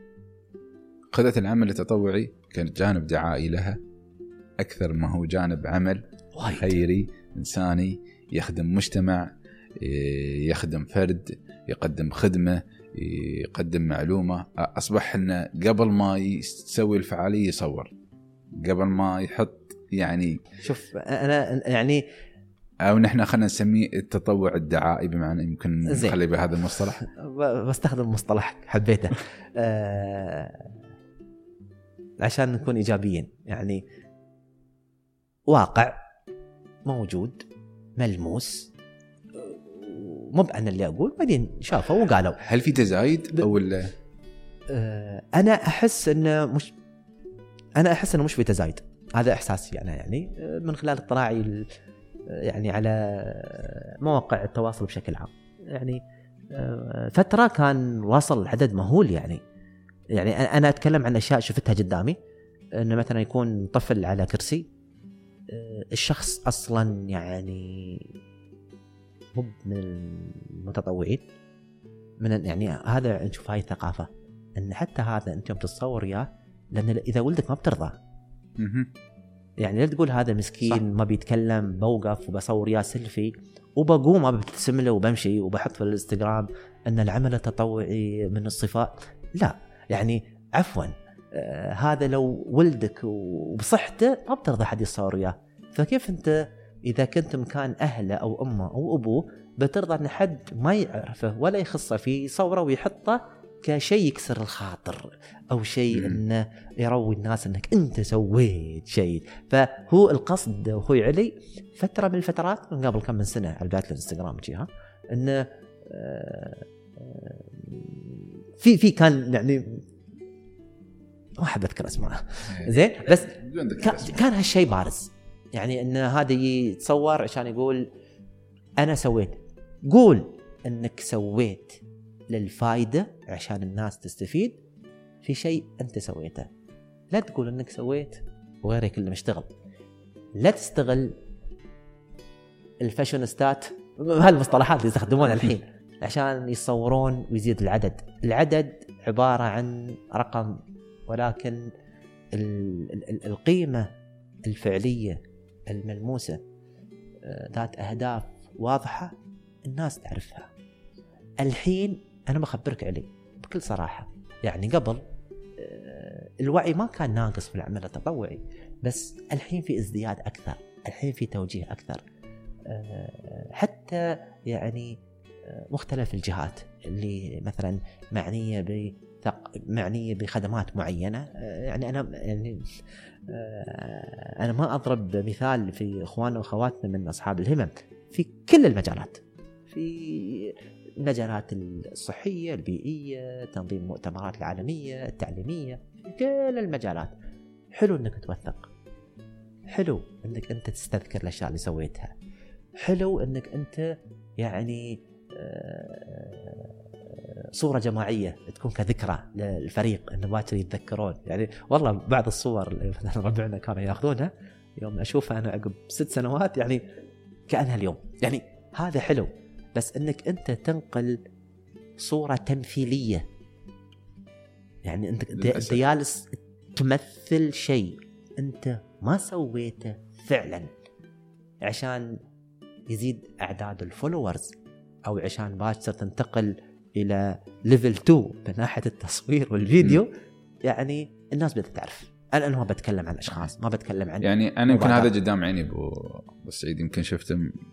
خذت العمل التطوعي كجانب دعائي لها أكثر ما هو جانب عمل خيري إنساني، يخدم مجتمع، يخدم فرد، يقدم خدمة، يقدم معلومة. أصبح إنه قبل ما يسوي الفعالية يصور، قبل ما يحط يعني شوف أنا يعني أو نحن خلنا نسميه التطوع الدعائي، بمعنى يمكن نخلي بهذا المصطلح، بستخدم مصطلح حبيته آه عشان نكون إيجابيين. يعني واقع موجود ملموس، مو بأنا اللي أقول، بعدين شافوا وقالوا. هل في تزايد أو لا؟ آه أنا أحس إنه مش أنا أحس إنه مش في تزايد، هذا إحساسي أنا يعني من خلال اطلاعي يعني على مواقع التواصل بشكل عام. يعني فترة كان وصل عدد مهول، يعني يعني أنا أتكلم عن أشياء شفتها قدامي، إنه مثلا يكون طفل على كرسي، الشخص أصلا يعني مو من المتطوعين، من يعني هذا نشوف هاي الثقافة، إن حتى هذا أنت يوم تتصور إياه، لأن إذا ولدك ما بترضى يعني لا تقول هذا مسكين صح. ما بيتكلم، بوقف وبصور يا سيلفي وبقوم وببتسم له وبمشي وبحط في الانستغرام أن العمل التطوعي من الصفات. لا يعني عفوا آه هذا لو ولدك وبصحته ما بترضى حد يصور وياه، فكيف أنت إذا كنت مكان أهله أو أمه أو أبوه بترضى أن حد ما يعرفه ولا يخصه فيه يصوره ويحطه كشيء يكسر الخاطر أو شيء إنه يروي الناس إنك أنت سويت شيء؟ فهو القصد أخوي علي فترة من الفترات من قبل كم من سنة على بداية الانستغرام جيها إنه في في كان يعني ما أحب أذكر اسمه زين، بس كان هالشيء بارز، يعني إن هذا يتصور عشان يقول أنا سويت. قول إنك سويت للفائدة عشان الناس تستفيد في شيء أنت سويته، لا تقول أنك سويت وغيرك اللي مشتغل. لا تستغل الفاشونستات هالمصطلحات اللي يستخدمونها الحين عشان يصورون ويزيد العدد. العدد عبارة عن رقم، ولكن القيمة الفعلية الملموسة ذات أهداف واضحة الناس تعرفها. الحين أنا بخبرك عليه بكل صراحة، يعني قبل الوعي ما كان ناقص في العمل التطوعي، بس الحين في ازدياد أكثر، الحين في توجيه أكثر. حتى يعني مختلف الجهات اللي مثلا معنية ب معنية بخدمات معينة. يعني أنا يعني أنا ما أضرب مثال في إخواننا وأخواتنا من أصحاب الهمم في كل المجالات، في المجالات الصحية، البيئية، تنظيم المؤتمرات العالمية، التعليمية، كل المجالات. حلو أنك توثق، حلو أنك أنت تستذكر الأشياء اللي سويتها، حلو أنك أنت يعني صورة جماعية تكون كذكرى للفريق إنه باكر يتذكرون. يعني والله بعض الصور اللي مثلا ربعنا كانوا يأخذونها يوم أشوفها أنا عقب ست سنوات يعني كأنها اليوم. يعني هذا حلو، بس إنك أنت تنقل صورة تمثيلية، يعني أنت أنت جالس تمثل شيء أنت ما سويته فعلا عشان يزيد أعداد الفولورز أو عشان باكر تنتقل إلى ليفل اثنين من ناحية التصوير والفيديو. م. يعني الناس بدها تعرف. أنا أنا ما بتكلم عن أشخاص، ما بتكلم عن يعني أنا يمكن هذا قدام عيني أبو سعيد، يمكن شفت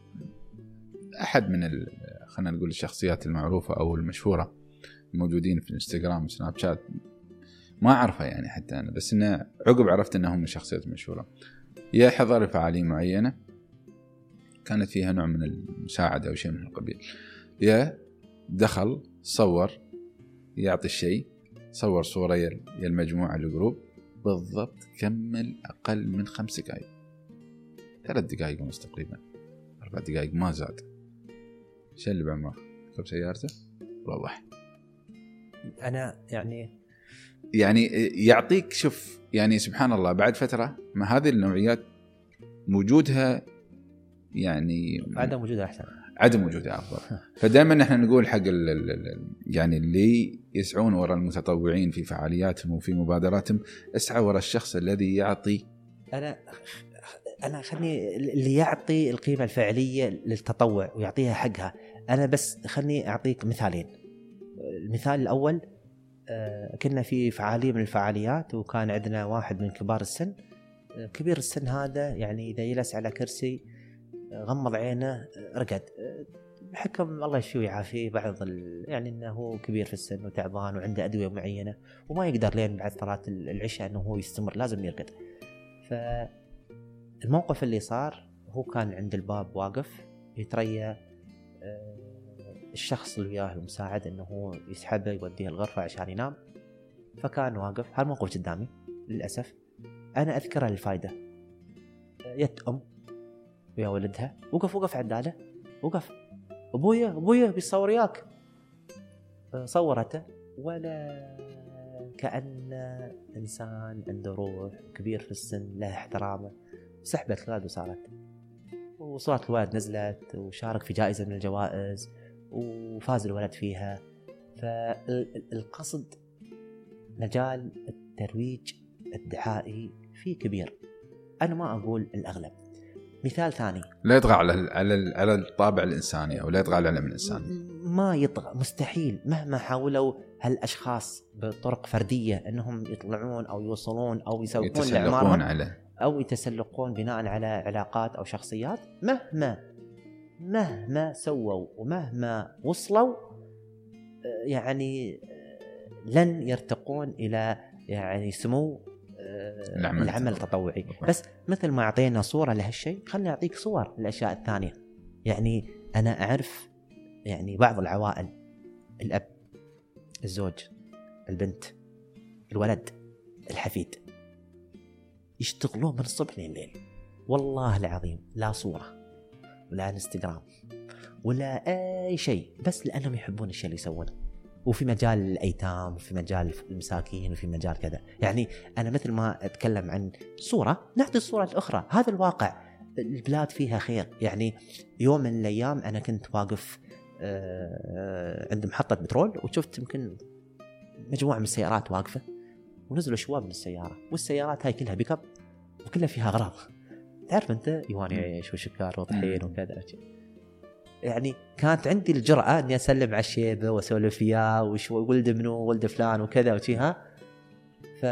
أحد من خلينا نقول الشخصيات المعروفة أو المشهورة موجودين في الانستغرام وسناب شات، ما أعرفها يعني حتى أنا، بس إنه عقب عرفت إنهم من شخصيات مشهورة. يا حضر فعالية معينة كانت فيها نوع من المساعدة أو شيء من القبيل، يا دخل صور يعطي الشيء، صور صورة يا المجموعة الجروب بالضبط، كمل أقل من خمس دقائق، ثلاث دقائق ونص تقريبا، أربع دقائق ما زاد. شو اللي بعمره؟ كيف سيارته؟ واضح. أنا يعني يعني يعطيك شوف يعني سبحان الله بعد فترة ما هذه النوعيات موجودها يعني عدم وجودها أحسن، عدم وجودها أفضل. فدائما نحن نقول حق ال ال يعني اللي يسعون وراء المتطوعين في فعالياتهم وفي مبادراتهم، اسعى وراء الشخص الذي يعطي. أنا أنا خلني اللي يعطي القيمة الفعلية للتطوع ويعطيها حقها. أنا بس خلني أعطيك مثالين. المثال الأول، كنا في فعالية من الفعاليات وكان عندنا واحد من كبار السن. كبير السن هذا يعني إذا يجلس على كرسي غمض عينه رقد، حكم الله يشفيه ويعافيه بعض ال... يعني انه كبير في السن وتعبان وعنده ادويه معينه وما يقدر لين بعد صلاه العشاء انه هو يستمر، لازم يرقد. فالموقف اللي صار هو كان عند الباب واقف يتريى الشخص اللي وياه المساعد انه هو يسحبه يوديه الغرفه عشان ينام، فكان واقف. هالموقف قدامي للاسف انا اذكره للفائده. يت ام ويا ولدها وقف وقف عداله وقف، ابويا ابويا بيصور وياك. صورته ولا كأن انسان عنده روح، كبير في السن له احترامه. سحبت الولد وصارت، وصورة الولد نزلت وشارك في جائزة من الجوائز وفاز الولد فيها. فالقصد مجال الترويج الدعائي فيه كبير. أنا ما أقول الأغلب. مثال ثاني، لا يطغى على على على الطابع الإنساني أو لا يطغى على العلم الإنساني. ما يطغى، مستحيل مهما حاولوا هالأشخاص بطرق فردية أنهم يطلعون أو يوصلون أو يسوقون لعمارهم على أو يتسلقون بناء على علاقات أو شخصيات. مهما مهما سووا ومهما وصلوا يعني لن يرتقون إلى يعني سمو العمل, العمل التطوعي. بس مثل ما أعطينا صورة لهالشيء خلنا نعطيك صور للأشياء الثانية. يعني أنا أعرف يعني بعض العوائل، الأب، الزوج، البنت، الولد، الحفيد، يشتغلون من الصبح لليل والله العظيم، لا صورة ولا انستغرام ولا أي شيء، بس لأنهم يحبون الشيء اللي يسوونه. وفي مجال الأيتام وفي مجال المساكين وفي مجال كذا. يعني أنا مثل ما أتكلم عن صورة نعطي الصورة الأخرى. هذا الواقع، البلاد فيها خير. يعني يوم من الأيام أنا كنت واقف عند محطة بترول وشفت يمكن مجموعة من السيارات واقفة ونزلوا شباب من السيارة، والسيارات هاي كلها بيكب وكلها فيها أغراض. تعرف أنت يواني عيش وشكار وطحين وكذا. يعني كانت عندي الجرأة أني أسلم على الشيبة وأسولف فيها وشو ولد منو ولد فلان وكذا وشيها. ف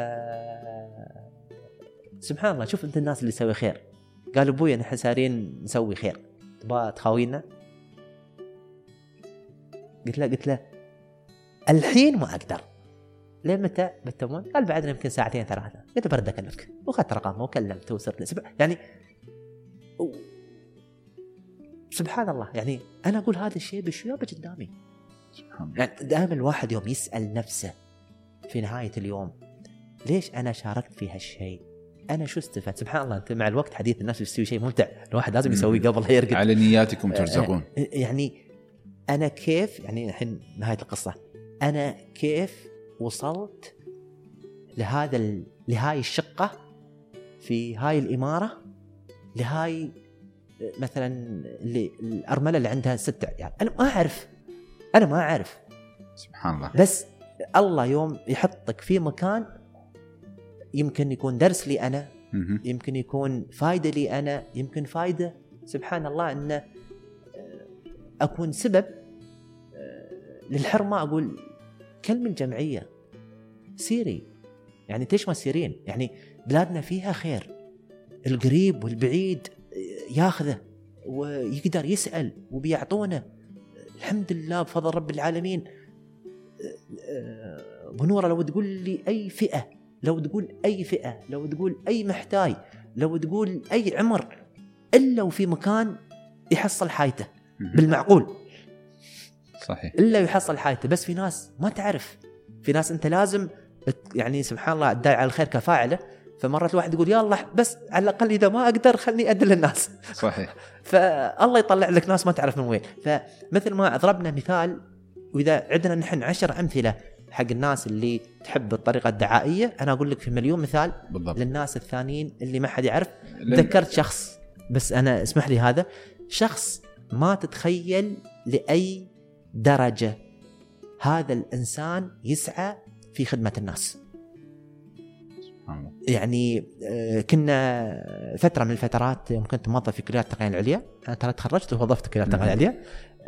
سبحان الله، شوف أنت الناس اللي يسوي خير. قال أبوي نحن سارين نسوي خير. تبغى تخاوينا؟ قلت له قلت له الحين ما أقدر. لين متى بالتمون؟ قال بعدنا يمكن ساعتين ثلاثة. قلت برد أكلمك، وأخذت رقمه وكلمته وصرت سب... يعني و... سبحان الله. يعني أنا أقول هذا الشيء بشيابة قدامي. يعني دائما الواحد يوم يسأل نفسه في نهاية اليوم ليش أنا شاركت في هالشيء؟ أنا شو استفدت؟ سبحان الله. أنت مع الوقت حديث الناس يسوي شيء ممتع الواحد لازم يسويه قبل لا يرقد. على نياتكم ترزقون. يعني أنا كيف يعني الحين نهاية القصة أنا كيف وصلت لهذا ال... لهاي الشقة في هاي الإمارة، لهاي مثلا الأرملة اللي عندها ست عيال. أنا ما أعرف أنا ما أعرف سبحان الله. بس الله يوم يحطك في مكان يمكن يكون درس لي أنا، يمكن يكون فايدة لي أنا، يمكن فايدة سبحان الله أن أكون سبب للحرمة. أقول كلمة الجمعية سيري، يعني ليش ما سيرين؟ يعني بلادنا فيها خير، القريب والبعيد ياخذه ويقدر يسأل وبيعطونه الحمد لله بفضل رب العالمين. بنورة لو تقول لي أي فئة، لو تقول أي فئة، لو تقول أي محتاج، لو تقول أي عمر، إلا وفي مكان يحصل حاجته بالمعقول. صحيح. إلا يحصل حاجته. بس في ناس ما تعرف، في ناس أنت لازم يعني سبحان الله الداعي على الخير كفاعله. فمرات الواحد يقول يا الله بس على الأقل إذا ما أقدر خلني أدل الناس. صحيح. فالله يطلع لك ناس ما تعرف من وين. فمثل ما ضربنا مثال، وإذا عندنا نحن عشر أمثلة حق الناس اللي تحب الطريقة الدعائية، أنا أقول لك في مليون مثال بالضبط. للناس الثانيين اللي ما حد يعرف. لن... ذكرت شخص بس أنا اسمح لي، هذا شخص ما تتخيل لأي درجة هذا الإنسان يسعى في خدمة الناس. يعني كنا فترة من الفترات يوم كنت موظف في كلية التقنية العليا، أنا ترى تخرجت ووظفت في كلية التقنية العليا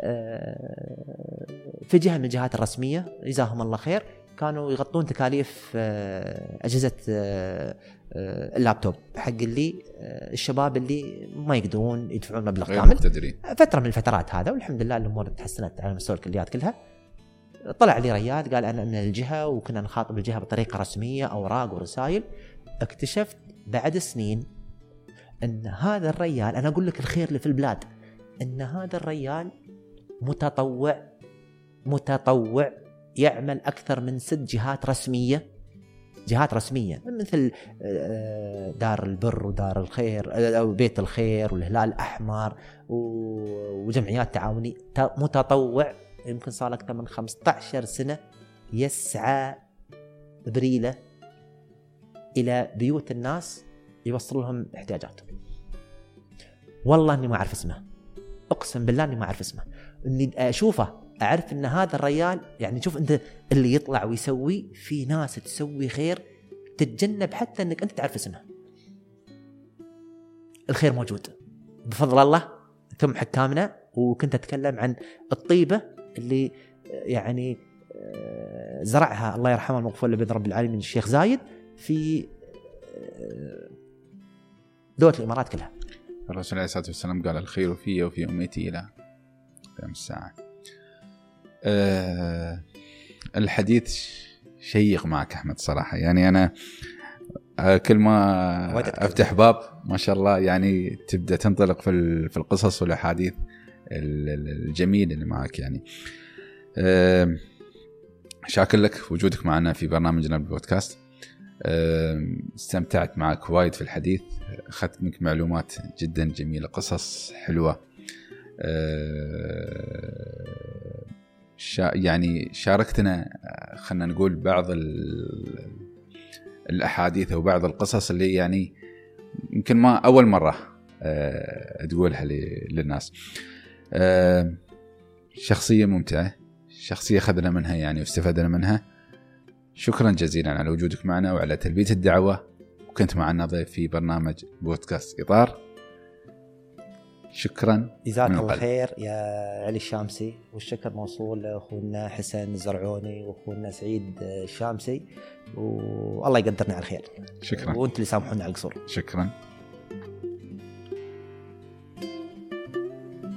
في جهة من الجهات الرسمية جزاهم الله خير، كانوا يغطون تكاليف أجهزة اللابتوب حق اللي الشباب اللي ما يقدرون يدفعون مبلغ كامل. فترة من الفترات هذا، والحمد لله الأمور تحسنت على مستوى الكليات كلها. طلع لي رياد قال أنا من الجهة وكنا نخاطب الجهة بطريقة رسمية، أوراق ورسائل. اكتشفت بعد سنين أن هذا الريال، أنا أقول لك الخير اللي في البلاد، أن هذا الريال متطوع متطوع يعمل أكثر من ست جهات رسمية، جهات رسمية مثل دار البر ودار الخير أو بيت الخير والهلال الأحمر وجمعيات تعاونية. متطوع يمكن صار أكثر من خمسة عشر سنة يسعى بريلة إلى بيوت الناس يوصل لهم احتياجاتهم. والله أني ما أعرف اسمه، أقسم بالله أني ما أعرف اسمه. أني أشوفه أعرف أن هذا الرجال، يعني شوف أنت اللي يطلع ويسوي، في ناس تسوي خير تتجنب حتى أنك أنت تعرف اسمه. الخير موجود بفضل الله ثم حكامنا. وكنت أتكلم عن الطيبة اللي يعني زرعها الله يرحمه المغفور له بإذن رب العالمين الشيخ زايد في دولة الإمارات كلها. الرسول عليه الصلاة والسلام قال الخير في وفي أمتي إلى قيام الساعة. أه الحديث شيق معك أحمد صراحة. يعني أنا كل ما أفتح باب ما شاء الله يعني تبدأ تنطلق في في القصص والأحاديث الجميل اللي معك. يعني أه شاكر لك وجودك معنا في برنامجنا بالبودكاست. استمتعت معك وايد في الحديث، أخذت منك معلومات جدا جميلة، قصص حلوة. شا يعني شاركتنا خلنا نقول بعض الأحاديث أو بعض القصص اللي يعني يمكن ما أول مرة تقولها للناس. شخصية ممتعة، شخصية خذنا منها يعني واستفدنا منها. شكرا جزيلا على وجودك معنا وعلى تلبية الدعوة، وكنت معنا ضيف في برنامج بودكاست إطار. شكرا، جزاك الله خير يا علي الشامسي، والشكر موصول لأخونا حسن الزرعوني وأخونا سعيد الشامسي، والله يقدرنا على الخير. شكرا، وأنت اللي سامحونا على القصور. شكرا.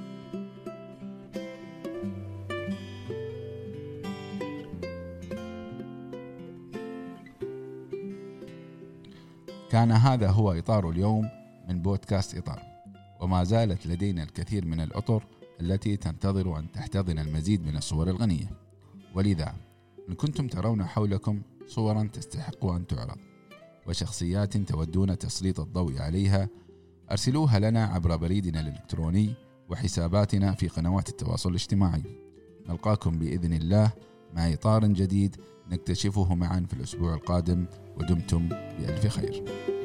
كان هذا هو إطار اليوم من بودكاست إطار، وما زالت لدينا الكثير من الأطر التي تنتظر أن تحتضن المزيد من الصور الغنية. ولذا إن كنتم ترون حولكم صورا تستحق أن تعرض وشخصيات تودون تسليط الضوء عليها، أرسلوها لنا عبر بريدنا الإلكتروني وحساباتنا في قنوات التواصل الاجتماعي. نلقاكم بإذن الله مع إطار جديد نكتشفه معا في الأسبوع القادم، ودمتم بألف خير.